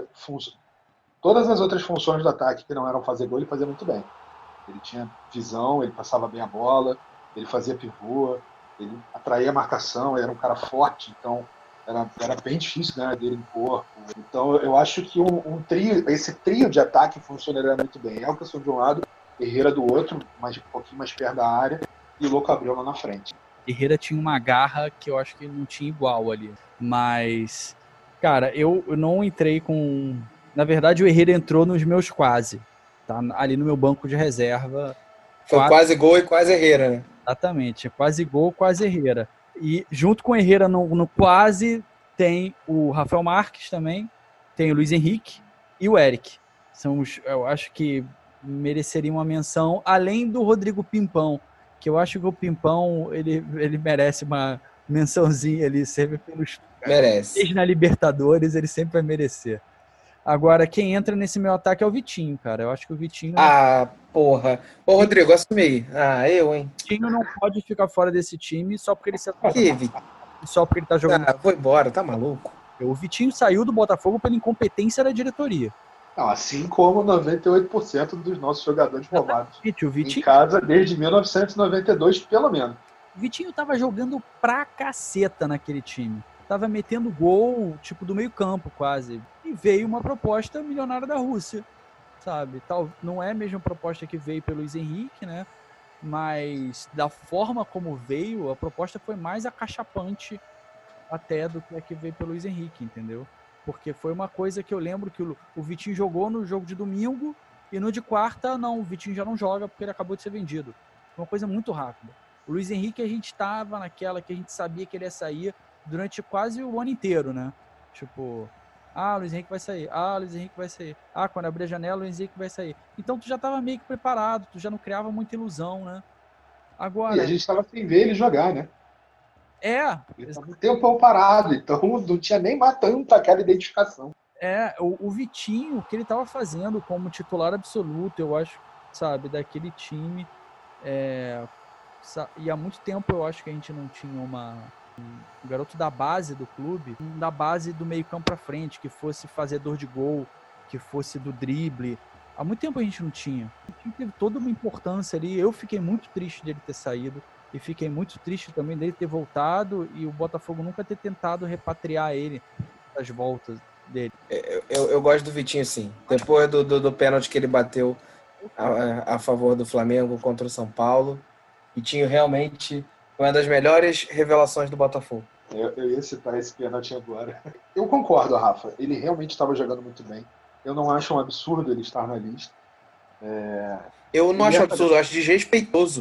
todas as outras funções do ataque que não eram fazer gol, ele fazia muito bem. Ele tinha visão, ele passava bem a bola, ele fazia pivô, ele atraía a marcação, ele era um cara forte, então era bem difícil ganhar dele no corpo. Então eu acho que esse trio de ataque funcionaria muito bem. Elkerson de um lado, Herrera do outro, mas um pouquinho mais perto da área, e o Louco Abreu lá na frente. Herrera tinha uma garra que eu acho que não tinha igual ali. Mas, cara, eu não entrei com... Na verdade, o Herrera entrou nos meus quase. Tá ali no meu banco de reserva. Foi quase gol e quase Herrera, né? Exatamente. Quase gol, quase Herrera. E junto com o Herrera no quase tem o Rafael Marques também, tem o Luiz Henrique e o Eric. Eu acho que mereceriam uma menção, além do Rodrigo Pimpão, que eu acho que o Pimpão ele merece uma mençãozinha ali, sempre pelos merece. Na Libertadores, ele sempre vai merecer. Agora, quem entra nesse meu ataque é o Vitinho, cara. Eu acho que o Vitinho... porra. Ô, Rodrigo, assume aí. Eu, hein? O Vitinho não pode ficar fora desse time só porque ele se só porque ele tá jogando... vou embora, tá maluco? O Vitinho saiu do Botafogo pela incompetência da diretoria. Não, assim como 98% dos nossos jogadores formados em casa desde 1992, pelo menos. O Vitinho tava jogando pra caceta naquele time. Tava metendo gol, tipo, do meio campo, quase. E veio uma proposta milionária da Rússia, sabe? Não é a mesma proposta que veio pelo Luiz Henrique, né? Mas da forma como veio, a proposta foi mais acachapante até do que a que veio pelo Luiz Henrique, entendeu? Porque foi uma coisa que eu lembro que o Vitinho jogou no jogo de domingo e no de quarta, não, o Vitinho já não joga porque ele acabou de ser vendido. Foi uma coisa muito rápida. O Luiz Henrique, a gente tava naquela que a gente sabia que ele ia sair durante quase o ano inteiro, né? Tipo, o Luiz Henrique vai sair. O Luiz Henrique vai sair. Quando abrir a janela, o Luiz Henrique vai sair. Então tu já tava meio que preparado, tu já não criava muita ilusão, né? Agora... E a gente tava sem ver ele jogar, né? Ele tava um tempão parado, então não tinha nem matando aquela identificação. O Vitinho, o que ele tava fazendo como titular absoluto, eu acho, sabe, daquele time. E há muito tempo eu acho que a gente não tinha um garoto da base do clube, da base do meio campo pra frente, que fosse fazedor de gol, que fosse do drible. Há muito tempo a gente não tinha. O time teve toda uma importância ali. Eu fiquei muito triste dele ter saído. E fiquei muito triste também dele ter voltado e o Botafogo nunca ter tentado repatriar ele das voltas dele. Eu gosto do Vitinho, sim. Depois do pênalti que ele bateu a favor do Flamengo contra o São Paulo, Vitinho realmente foi uma das melhores revelações do Botafogo. Eu ia citar esse pênalti agora. Eu concordo, Rafa. Ele realmente estava jogando muito bem. Eu não acho um absurdo ele estar na lista. Eu não acho absurdo, eu acho desrespeitoso.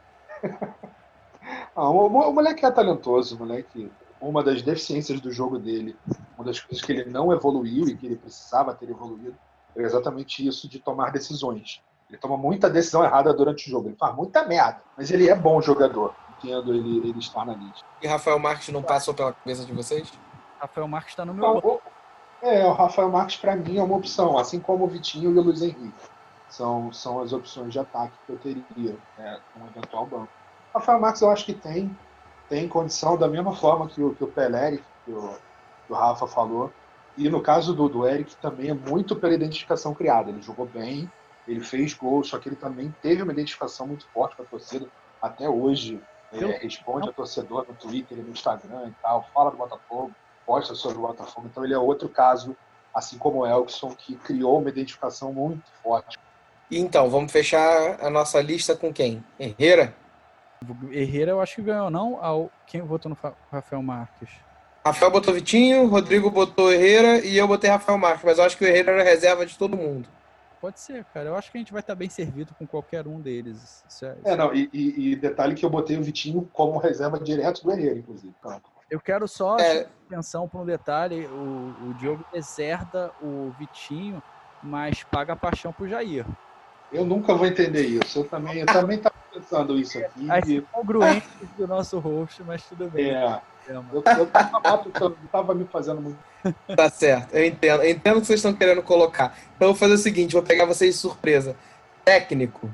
O moleque é talentoso, o moleque. Uma das deficiências do jogo dele, uma das coisas que ele não evoluiu e que ele precisava ter evoluído, é exatamente isso de tomar decisões. Ele toma muita decisão errada durante o jogo, ele faz muita merda, mas ele é bom jogador, entendo ele estar na lista. E Rafael Marques não passou pela cabeça de vocês? Rafael Marques está no meu banco. O Rafael Marques, para mim, é uma opção, assim como o Vitinho e o Luiz Henrique. São as opções de ataque que eu teria, né, com um eventual banco. Rafael Marques, eu acho que tem condição, da mesma forma que o Peleri, que o Rafa falou. E no caso do Eric, também é muito pela identificação criada. Ele jogou bem, ele fez gol, só que ele também teve uma identificação muito forte com a torcida. Até hoje, responde a torcedor no Twitter e no Instagram e tal, fala do Botafogo, posta sobre o Botafogo. Então ele é outro caso, assim como o Elkson, que criou uma identificação muito forte. Então, vamos fechar a nossa lista com quem? Herrera? Herrera eu acho que ganhou, não? Quem votou no Rafael Marques? Rafael botou Vitinho, Rodrigo botou Herrera e eu botei Rafael Marques, mas eu acho que o Herrera era reserva de todo mundo. Pode ser, cara. Eu acho que a gente vai estar bem servido com qualquer um deles. Não, e detalhe que eu botei o Vitinho como reserva direto do Herrera, inclusive. Eu quero só chamar atenção para um detalhe. O Diogo deserda o Vitinho, mas paga a paixão pro Jair. Eu nunca vou entender isso. Eu também estava pensando isso aqui. É congruente do nosso host, mas tudo bem. Eu estava me fazendo muito. Tá certo, eu entendo. Eu entendo o que vocês estão querendo colocar. Então eu vou fazer o seguinte, vou pegar vocês de surpresa. Técnico?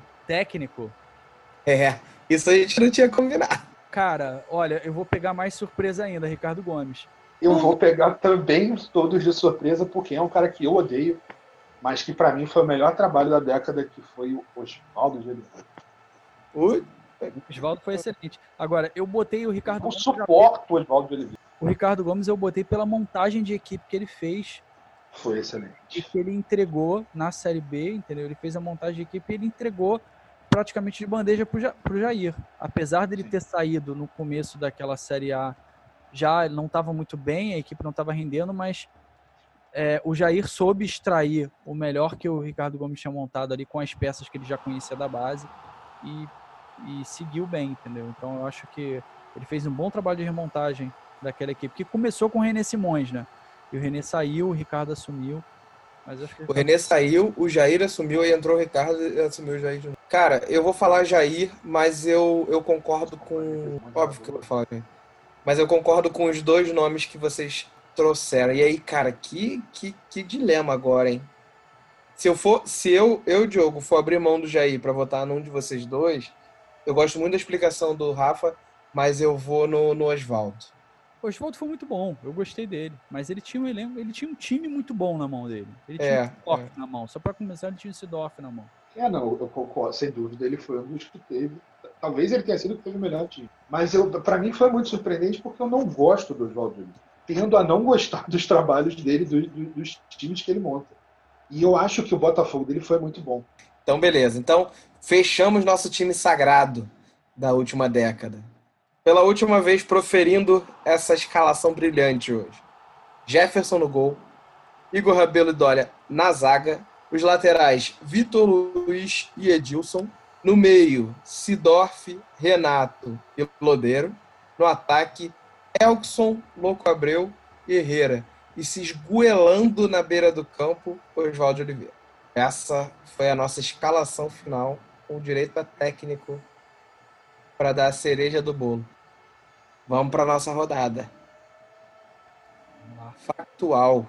Isso a gente não tinha combinado. Cara, olha, eu vou pegar mais surpresa ainda, Ricardo Gomes. Eu vou pegar também todos de surpresa, porque é um cara que eu odeio, mas que para mim foi o melhor trabalho da década, que foi o Oswaldo de Oliveira. O Oswaldo foi excelente. Agora, eu botei o Ricardo Gomes. Eu suporto o Oswaldo de Oliveira. O Ricardo Gomes eu botei pela montagem de equipe que ele fez. Foi excelente. E que ele entregou na Série B, entendeu? Ele fez a montagem de equipe e ele entregou praticamente de bandeja pro Jair. Apesar dele ter saído no começo daquela Série A, já não estava muito bem, a equipe não estava rendendo, mas o Jair soube extrair o melhor que o Ricardo Gomes tinha montado ali com as peças que ele já conhecia da base e seguiu bem, entendeu? Então eu acho que ele fez um bom trabalho de remontagem daquela equipe, que começou com o René Simões, né? E o René saiu, o Ricardo assumiu. Mas acho que o René saiu, o Jair assumiu, aí entrou o Ricardo e assumiu o Jair de novo. Cara, eu vou falar Jair, mas eu concordo com... Óbvio que eu vou falar Jair. Mas eu concordo com os dois nomes que vocês trouxeram. E aí, cara, que dilema agora, hein? Se eu, Diogo, for abrir mão do Jair pra votar num de vocês dois, eu gosto muito da explicação do Rafa, mas eu vou no Oswaldo. O Oswaldo foi muito bom, eu gostei dele, mas ele tinha um elenco, ele tinha um time muito bom na mão dele. Ele tinha um Sidorf na mão, só para começar ele tinha um Sidorf na mão. Não, eu concordo, sem dúvida, ele foi um dos que teve. Talvez ele tenha sido o que teve o melhor time. Mas para mim foi muito surpreendente porque eu não gosto do Oswaldo. Tendo a não gostar dos trabalhos dele, dos times que ele monta. E eu acho que o Botafogo dele foi muito bom. Então, beleza. Então, fechamos nosso time sagrado da última década. Pela última vez proferindo essa escalação brilhante hoje. Jefferson no gol, Igor Rabelo e Dória na zaga, os laterais Vitor Luiz e Edilson, no meio Sidorf, Renato e Lodeiro, no ataque Elkson, Louco Abreu e Herrera, e se esgoelando na beira do campo Oswaldo de Oliveira. Essa foi a nossa escalação final, com direito a técnico para dar a cereja do bolo. Vamos para nossa rodada. Factual.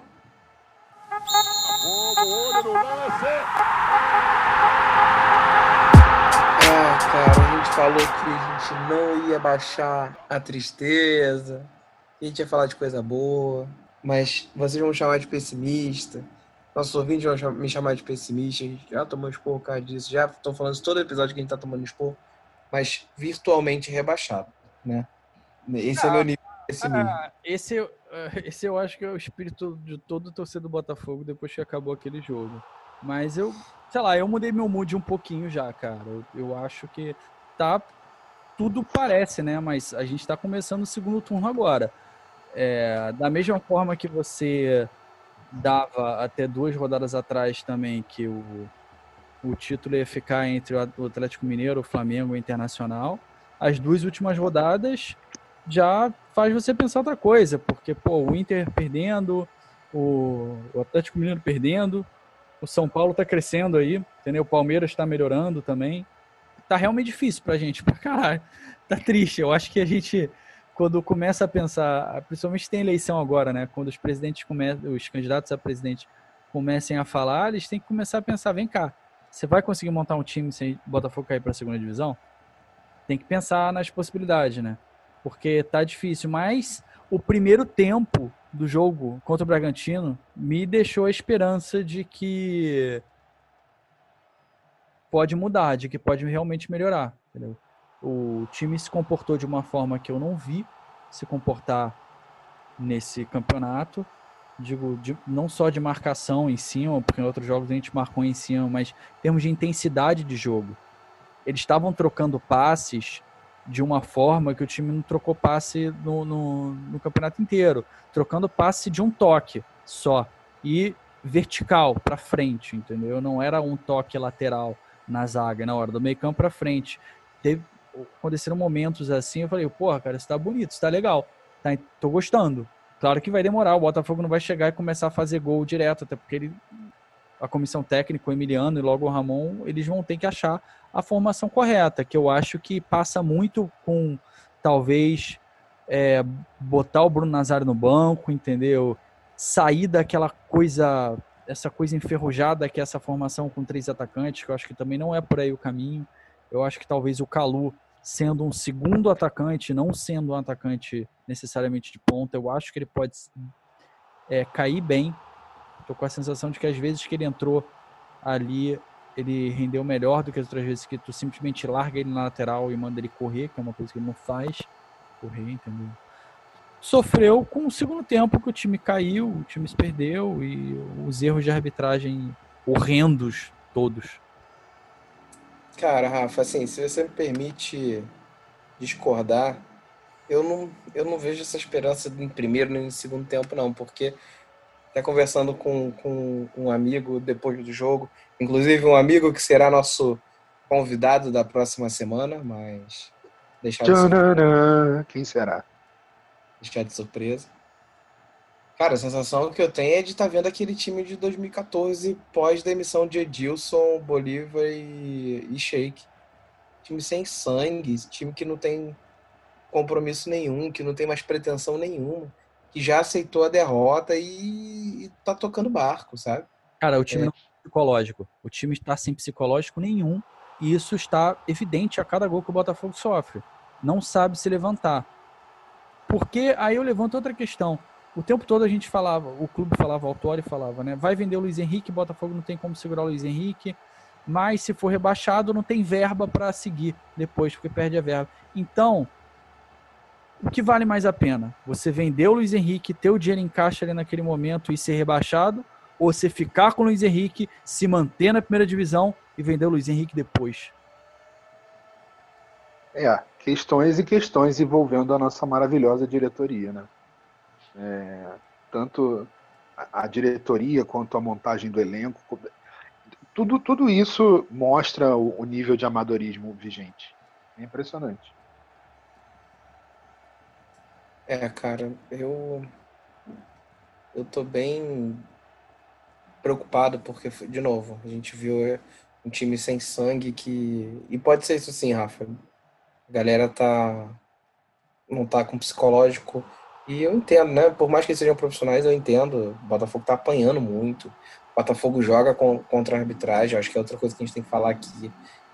Cara, a gente falou que a gente não ia baixar a tristeza, a gente ia falar de coisa boa, mas vocês vão me chamar de pessimista, nossos ouvintes vão me chamar de pessimista, a gente já tomou esporro por causa disso, já estou falando isso todo episódio que a gente está tomando esporro, mas virtualmente rebaixado, né? Esse é meu nível de pessimismo. Esse eu acho que é o espírito de todo torcedor do Botafogo depois que acabou aquele jogo. Mas eu mudei meu mood um pouquinho já, cara. Eu acho que tudo parece, né? Mas a gente tá começando o segundo turno agora. Da mesma forma que você dava até 2 rodadas atrás também que o título ia ficar entre o Atlético Mineiro, o Flamengo e o Internacional, as 2 últimas rodadas já faz você pensar outra coisa, porque o Inter perdendo, o Atlético Mineiro perdendo, o São Paulo tá crescendo aí, entendeu? O Palmeiras tá melhorando também. Tá realmente difícil pra gente, pra caralho. Tá triste. Eu acho que a gente quando começa a pensar, principalmente tem eleição agora, né? Quando os presidentes os candidatos a presidente comecem a falar, eles têm que começar a pensar, vem cá, você vai conseguir montar um time sem Botafogo cair para a segunda divisão? Tem que pensar nas possibilidades, né? Porque tá difícil, mas o primeiro tempo do jogo contra o Bragantino me deixou a esperança de que pode mudar, de que pode realmente melhorar, entendeu? O time se comportou de uma forma que eu não vi se comportar nesse campeonato. Digo, não só de marcação em cima, porque em outros jogos a gente marcou em cima, mas em termos de intensidade de jogo. Eles estavam trocando passes de uma forma que o time não trocou passe no campeonato inteiro. Trocando passe de um toque só. E vertical, para frente, entendeu? Não era um toque lateral na zaga, na hora do meio campo para frente. Aconteceram momentos assim, eu falei, porra, cara, isso tá bonito, isso tá legal. Tô gostando. Claro que vai demorar, o Botafogo não vai chegar e começar a fazer gol direto, até porque a comissão técnica, o Emiliano e logo o Ramon, eles vão ter que achar a formação correta, que eu acho que passa muito com, talvez, botar o Bruno Nazário no banco, entendeu? Sair daquela coisa, essa coisa enferrujada que é essa formação com 3 atacantes, que eu acho que também não é por aí o caminho. Eu acho que talvez o Calu, sendo um segundo atacante, não sendo um atacante necessariamente de ponta, eu acho que ele pode cair bem. Tô com a sensação de que às vezes que ele entrou ali, ele rendeu melhor do que as outras vezes que tu simplesmente larga ele na lateral e manda ele correr, que é uma coisa que ele não faz. Correr, entendeu? Sofreu com o segundo tempo que o time caiu, o time se perdeu e os erros de arbitragem horrendos todos. Cara, Rafa, assim, se você me permite discordar, eu não vejo essa esperança em primeiro nem em segundo tempo, não, porque até conversando com um amigo depois do jogo, inclusive um amigo que será nosso convidado da próxima semana, mas deixar de Tchananã. Quem será? surpresa. Cara, a sensação que eu tenho é de estar vendo aquele time de 2014 pós-demissão de Edilson, Bolívar e Sheik. Time sem sangue, time que não tem compromisso nenhum, que não tem mais pretensão nenhuma, que já aceitou a derrota e tá tocando barco, sabe? Cara, o time não é psicológico. O time está sem psicológico nenhum e isso está evidente a cada gol que o Botafogo sofre. Não sabe se levantar. Porque aí eu levanto outra questão. O tempo todo a gente falava, o clube falava, o Autori falava, né? Vai vender o Luiz Henrique, Botafogo não tem como segurar o Luiz Henrique, mas se for rebaixado não tem verba para seguir depois, porque perde a verba. Então, o que vale mais a pena? Você vender o Luiz Henrique, ter o dinheiro em caixa ali naquele momento e ser rebaixado, ou você ficar com o Luiz Henrique, se manter na primeira divisão e vender o Luiz Henrique depois? Questões e questões envolvendo a nossa maravilhosa diretoria, né? Tanto a diretoria quanto a montagem do elenco, tudo isso mostra o nível de amadorismo vigente. É impressionante. Cara, eu tô bem preocupado porque, de novo, a gente viu um time sem sangue que... E pode ser isso sim, Rafa. A galera não tá com psicológico. E eu entendo, né? Por mais que eles sejam profissionais, eu entendo. O Botafogo tá apanhando muito. O Botafogo joga contra a arbitragem. Acho que é outra coisa que a gente tem que falar aqui.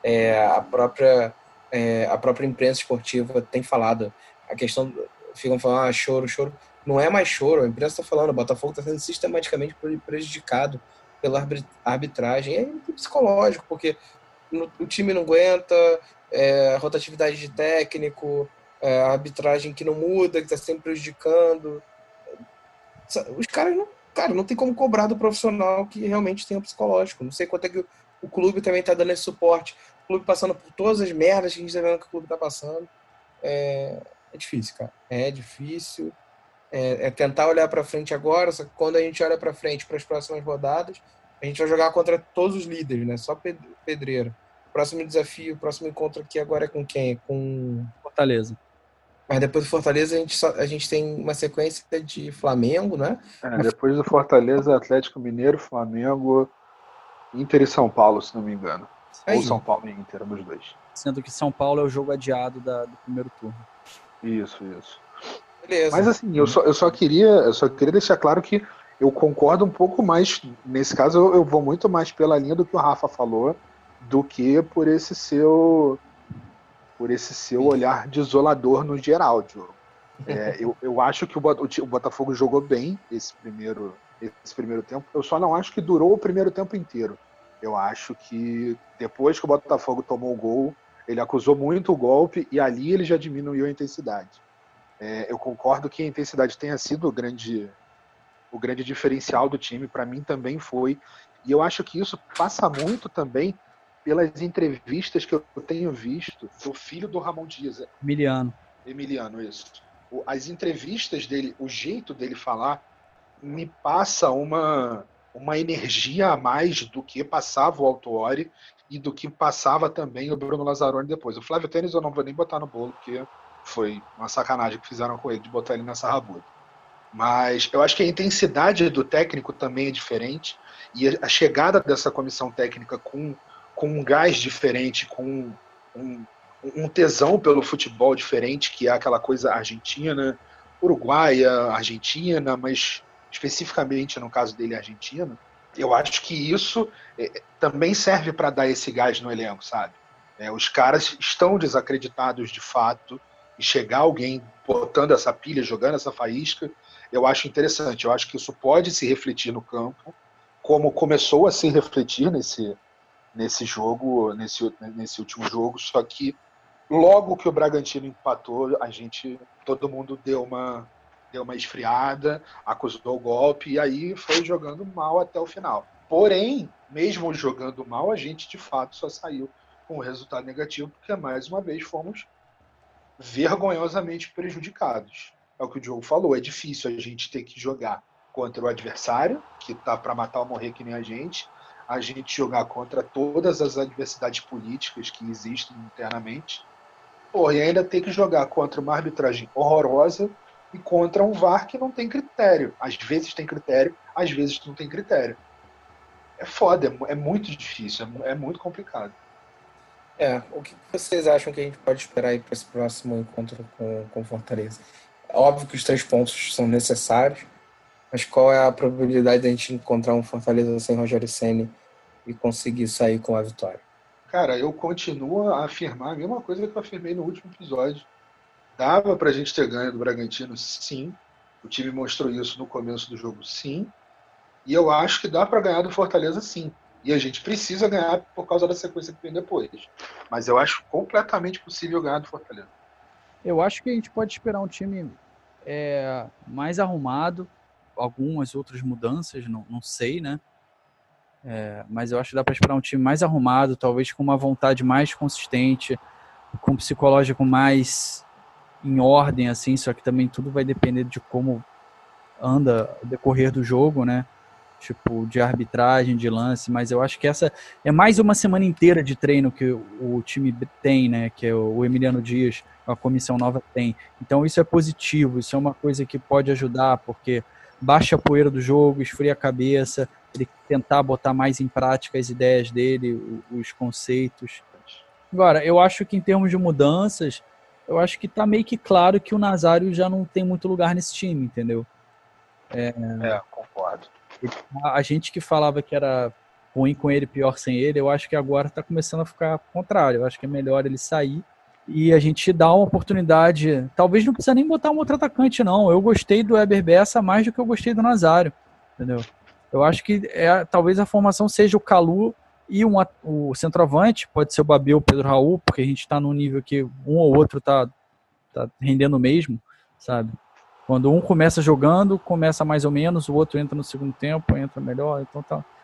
A própria imprensa esportiva tem falado. A questão... Ficam falando, choro, choro. Não é mais choro. A imprensa está falando. O Botafogo está sendo sistematicamente prejudicado pela arbitragem. É psicológico, porque o time não aguenta, rotatividade de técnico, a arbitragem que não muda, que está sempre prejudicando. Os caras não, cara, não tem como cobrar do profissional que realmente tem o psicológico. Não sei quanto é que o clube também está dando esse suporte. O clube passando por todas as merdas que a gente está vendo que o clube está passando. É difícil, cara. É difícil. Tentar olhar para frente agora, só que quando a gente olha para frente para as próximas rodadas, a gente vai jogar contra todos os líderes, né? Só pedreira. Próximo desafio, próximo encontro aqui agora é com quem? Com Fortaleza. Mas depois do Fortaleza a gente tem uma sequência de Flamengo, né? Depois do Fortaleza, Atlético Mineiro, Flamengo, Inter e São Paulo, se não me engano. Aí. Ou São Paulo e Inter, um dos dois. Sendo que São Paulo é o jogo adiado do primeiro turno. Isso. Beleza. Mas assim, eu só queria deixar claro que eu concordo um pouco mais, nesse caso eu vou muito mais pela linha do que o Rafa falou, do que por esse seu olhar desolador no geral, Diogo. Eu acho que o Botafogo jogou bem esse primeiro tempo. Eu só não acho que durou o primeiro tempo inteiro. Eu acho que depois que o Botafogo tomou o gol, ele acusou muito o golpe e ali ele já diminuiu a intensidade. Eu concordo que a intensidade tenha sido o grande diferencial do time, para mim também foi. E eu acho que isso passa muito também pelas entrevistas que eu tenho visto do filho do Ramon Dias, Emiliano, isso. As entrevistas dele, o jeito dele falar, me passa uma energia a mais do que passava o Autuori e do que passava também o Bruno Lazzaroni depois. O Flávio Tênis eu não vou nem botar no bolo, porque foi uma sacanagem que fizeram com ele, de botar ele nessa rabuda. Mas eu acho que a intensidade do técnico também é diferente e a chegada dessa comissão técnica com um gás diferente, com um, um tesão pelo futebol diferente, que é aquela coisa argentina, uruguaia, argentina, mas especificamente no caso dele argentina, eu acho que isso também serve para dar esse gás no elenco, sabe? Os caras estão desacreditados de fato e chegar alguém botando essa pilha, jogando essa faísca, eu acho interessante. Eu acho que isso pode se refletir no campo, como começou a se refletir nesse jogo, nesse último jogo, só que logo que o Bragantino empatou, todo mundo deu uma esfriada, acusou o golpe e aí foi jogando mal até o final. Porém, mesmo jogando mal, a gente de fato só saiu com um resultado negativo, porque mais uma vez fomos vergonhosamente prejudicados. É o que o Diogo falou, é difícil a gente ter que jogar contra o adversário, que tá para matar ou morrer que nem a gente jogar contra todas as adversidades políticas que existem internamente, e ainda ter que jogar contra uma arbitragem horrorosa e contra um VAR que não tem critério. Às vezes tem critério, às vezes não tem critério. É foda, é muito difícil, é muito complicado. O que vocês acham que a gente pode esperar aí para esse próximo encontro com Fortaleza? É óbvio que os 3 pontos são necessários, mas qual é a probabilidade de a gente encontrar um Fortaleza sem Rogério Ceni e conseguir sair com a vitória? Cara, eu continuo a afirmar a mesma coisa que eu afirmei no último episódio. Dava pra gente ter ganho do Bragantino, sim. O time mostrou isso no começo do jogo, sim. E eu acho que dá pra ganhar do Fortaleza, sim. E a gente precisa ganhar por causa da sequência que vem depois. Mas eu acho completamente possível ganhar do Fortaleza. Eu acho que a gente pode esperar um time mais arrumado, algumas outras mudanças, não sei, né? Mas eu acho que dá para esperar um time mais arrumado, talvez com uma vontade mais consistente, com um psicológico mais em ordem, assim, só que também tudo vai depender de como anda o decorrer do jogo, né? Tipo, de arbitragem, de lance, mas eu acho que essa é mais uma semana inteira de treino que o time tem, né? Que é o Emiliano Dias, a comissão nova tem. Então isso é positivo, isso é uma coisa que pode ajudar, porque baixa a poeira do jogo, esfria a cabeça, ele tentar botar mais em prática as ideias dele, os conceitos. Agora, eu acho que em termos de mudanças, eu acho que tá meio que claro que o Nazário já não tem muito lugar nesse time, entendeu? Concordo. A gente que falava que era ruim com ele, pior sem ele, eu acho que agora está começando a ficar contrário. Eu acho que é melhor ele sair e a gente dar uma oportunidade. Talvez não precisa nem botar um outro atacante, não. Eu gostei do Eber Bessa mais do que eu gostei do Nazário, entendeu? Eu acho que talvez a formação seja o Calu e o centroavante, pode ser o Babi ou o Pedro Raul, porque a gente está num nível que um ou outro tá rendendo mesmo, sabe? Quando um começa jogando, começa mais ou menos, o outro entra no segundo tempo, entra melhor, então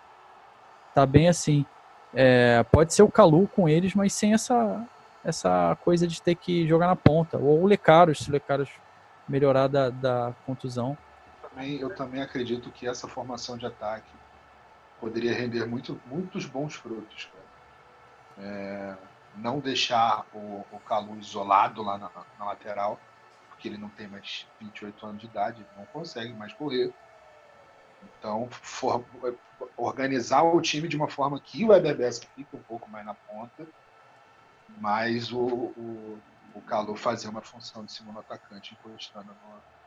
tá bem assim. Pode ser o Calu com eles, mas sem essa coisa de ter que jogar na ponta. Ou o Lecaros, se o Lecaros melhorar da contusão. Eu também acredito que essa formação de ataque poderia render muitos bons frutos, cara. Não deixar o Calu isolado lá na lateral, porque ele não tem mais 28 anos de idade, ele não consegue mais correr. Então, organizar o time de uma forma que o Eberbess fique um pouco mais na ponta, mas o Calu fazer uma função de segundo atacante encostando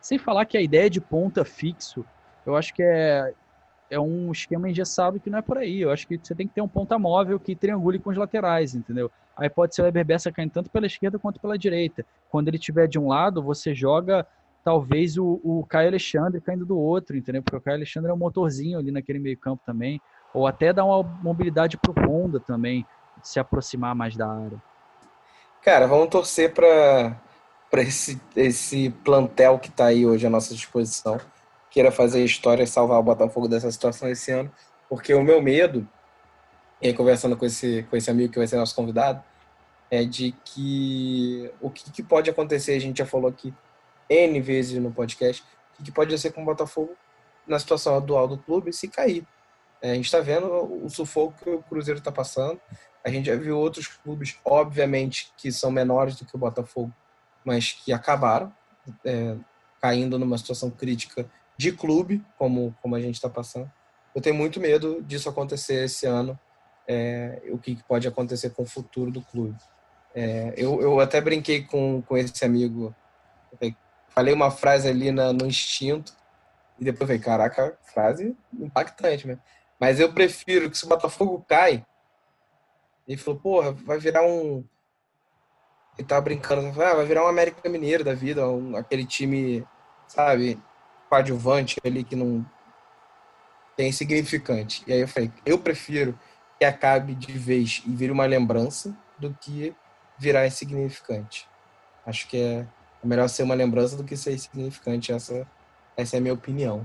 Sem falar que a ideia de ponta fixo, eu acho que é um esquema engessado que não é por aí. Eu acho que você tem que ter um ponta móvel que triangule com os laterais, entendeu? Aí pode ser o Eber Bessa caindo tanto pela esquerda quanto pela direita. Quando ele estiver de um lado, você joga talvez o Caio Alexandre caindo do outro, entendeu? Porque o Caio Alexandre é um motorzinho ali naquele meio campo também. Ou até dar uma mobilidade pro Honda também, se aproximar mais da área. Cara, vamos torcer para esse plantel que está aí hoje à nossa disposição queira fazer história e salvar o Botafogo dessa situação esse ano, porque o meu medo, e aí conversando com esse amigo que vai ser nosso convidado, é de que o que pode acontecer, a gente já falou aqui N vezes no podcast, o que pode acontecer com o Botafogo na situação atual do clube se cair. A gente está vendo o sufoco que o Cruzeiro está passando. A gente já viu outros clubes, obviamente, que são menores do que o Botafogo, mas que acabaram caindo numa situação crítica de clube, como a gente está passando. Eu tenho muito medo disso acontecer esse ano, o que pode acontecer com o futuro do clube. Eu até brinquei com esse amigo, falei uma frase ali no instinto, e depois falei, caraca, frase impactante, né? Mas eu prefiro que se o Botafogo cai, ele falou, porra, vai virar um... Ele tava brincando, vai virar um América Mineiro da vida, aquele time, sabe, coadjuvante ali que não tem insignificante. E aí eu falei, eu prefiro que acabe de vez e vire uma lembrança do que virar insignificante. Acho que é melhor ser uma lembrança do que ser insignificante. Essa é a minha opinião.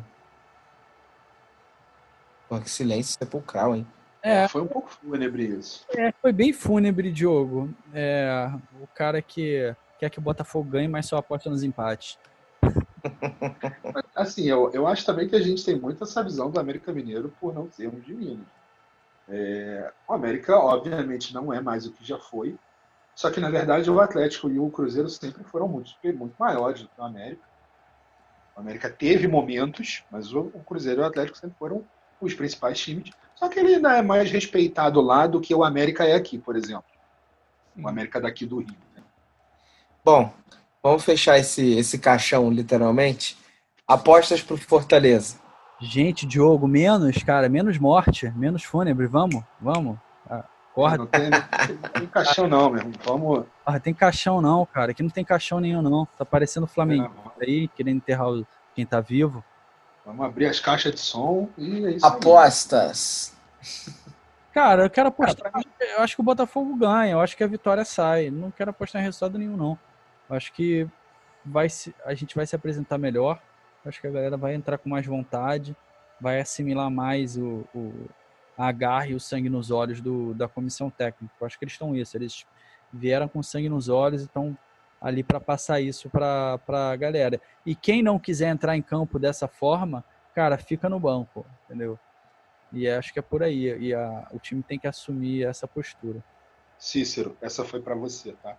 Pô, que silêncio sepulcral, hein? Foi um pouco fúnebre isso. Foi bem fúnebre, Diogo. O cara que quer que o Botafogo ganhe, mas só aposta nos empates. Assim, eu acho também que a gente tem muito essa visão do América Mineiro por não sermos de Minas. O América, obviamente, não é mais o que já foi. Só que, na verdade, o Atlético e o Cruzeiro sempre foram muito maiores do que o América. O América teve momentos, mas o Cruzeiro e o Atlético sempre foram os principais times. Só que ele ainda é mais respeitado lá do que o América é aqui, por exemplo. O América daqui do Rio. Né? Bom, vamos fechar esse caixão, literalmente. Apostas pro Fortaleza. Gente, Diogo, menos morte, menos fúnebre, vamos. Corre. Não tem caixão não, meu irmão. Vamos. Tem caixão não, cara. Aqui não tem caixão nenhum, não. Tá parecendo o Flamengo aí, querendo enterrar quem tá vivo. Vamos abrir as caixas de som e é isso. Apostas. Cara, eu quero apostar. Eu acho que o Botafogo ganha. Eu acho que a vitória sai. Não quero apostar em resultado nenhum, não. Eu acho que a gente vai se apresentar melhor. Eu acho que a galera vai entrar com mais vontade. Vai assimilar mais a garra e o sangue nos olhos da comissão técnica. Eu acho que eles estão isso. Eles vieram com sangue nos olhos e estão ali para passar isso para a galera. E quem não quiser entrar em campo dessa forma, cara, fica no banco, entendeu? E acho que é por aí. E o time tem que assumir essa postura. Cícero, essa foi para você, tá?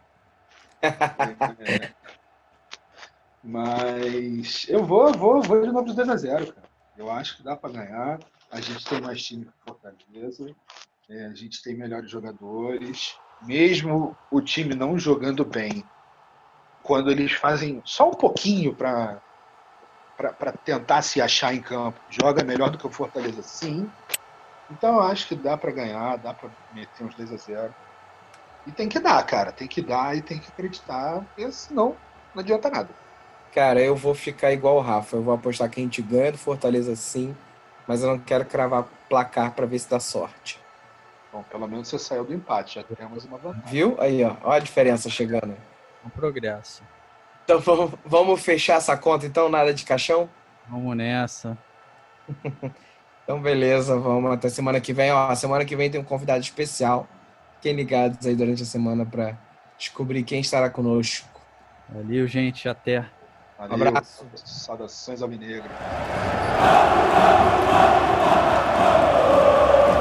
Mas eu vou de novo de 2-0, cara. Eu acho que dá para ganhar. A gente tem mais time que Fortaleza. A gente tem melhores jogadores. Mesmo o time não jogando bem, quando eles fazem só um pouquinho para tentar se achar em campo, joga melhor do que o Fortaleza, sim. Então eu acho que dá para ganhar, dá para meter uns 2-0. E tem que dar, cara. Tem que dar e tem que acreditar, porque senão não adianta nada. Cara, eu vou ficar igual o Rafa. Eu vou apostar que a gente ganha do Fortaleza sim, mas eu não quero cravar placar para ver se dá sorte. Bom, pelo menos você saiu do empate, já temos uma vantagem. Viu? Aí, ó a diferença chegando. Um progresso. Então vamos fechar essa conta, então? Nada de caixão? Vamos nessa. Então, beleza, vamos até semana que vem. Ó, semana que vem tem um convidado especial. Fiquem ligados aí durante a semana para descobrir quem estará conosco. Valeu, gente. Até. Valeu. Um abraço. Saudações ao Alvinegro.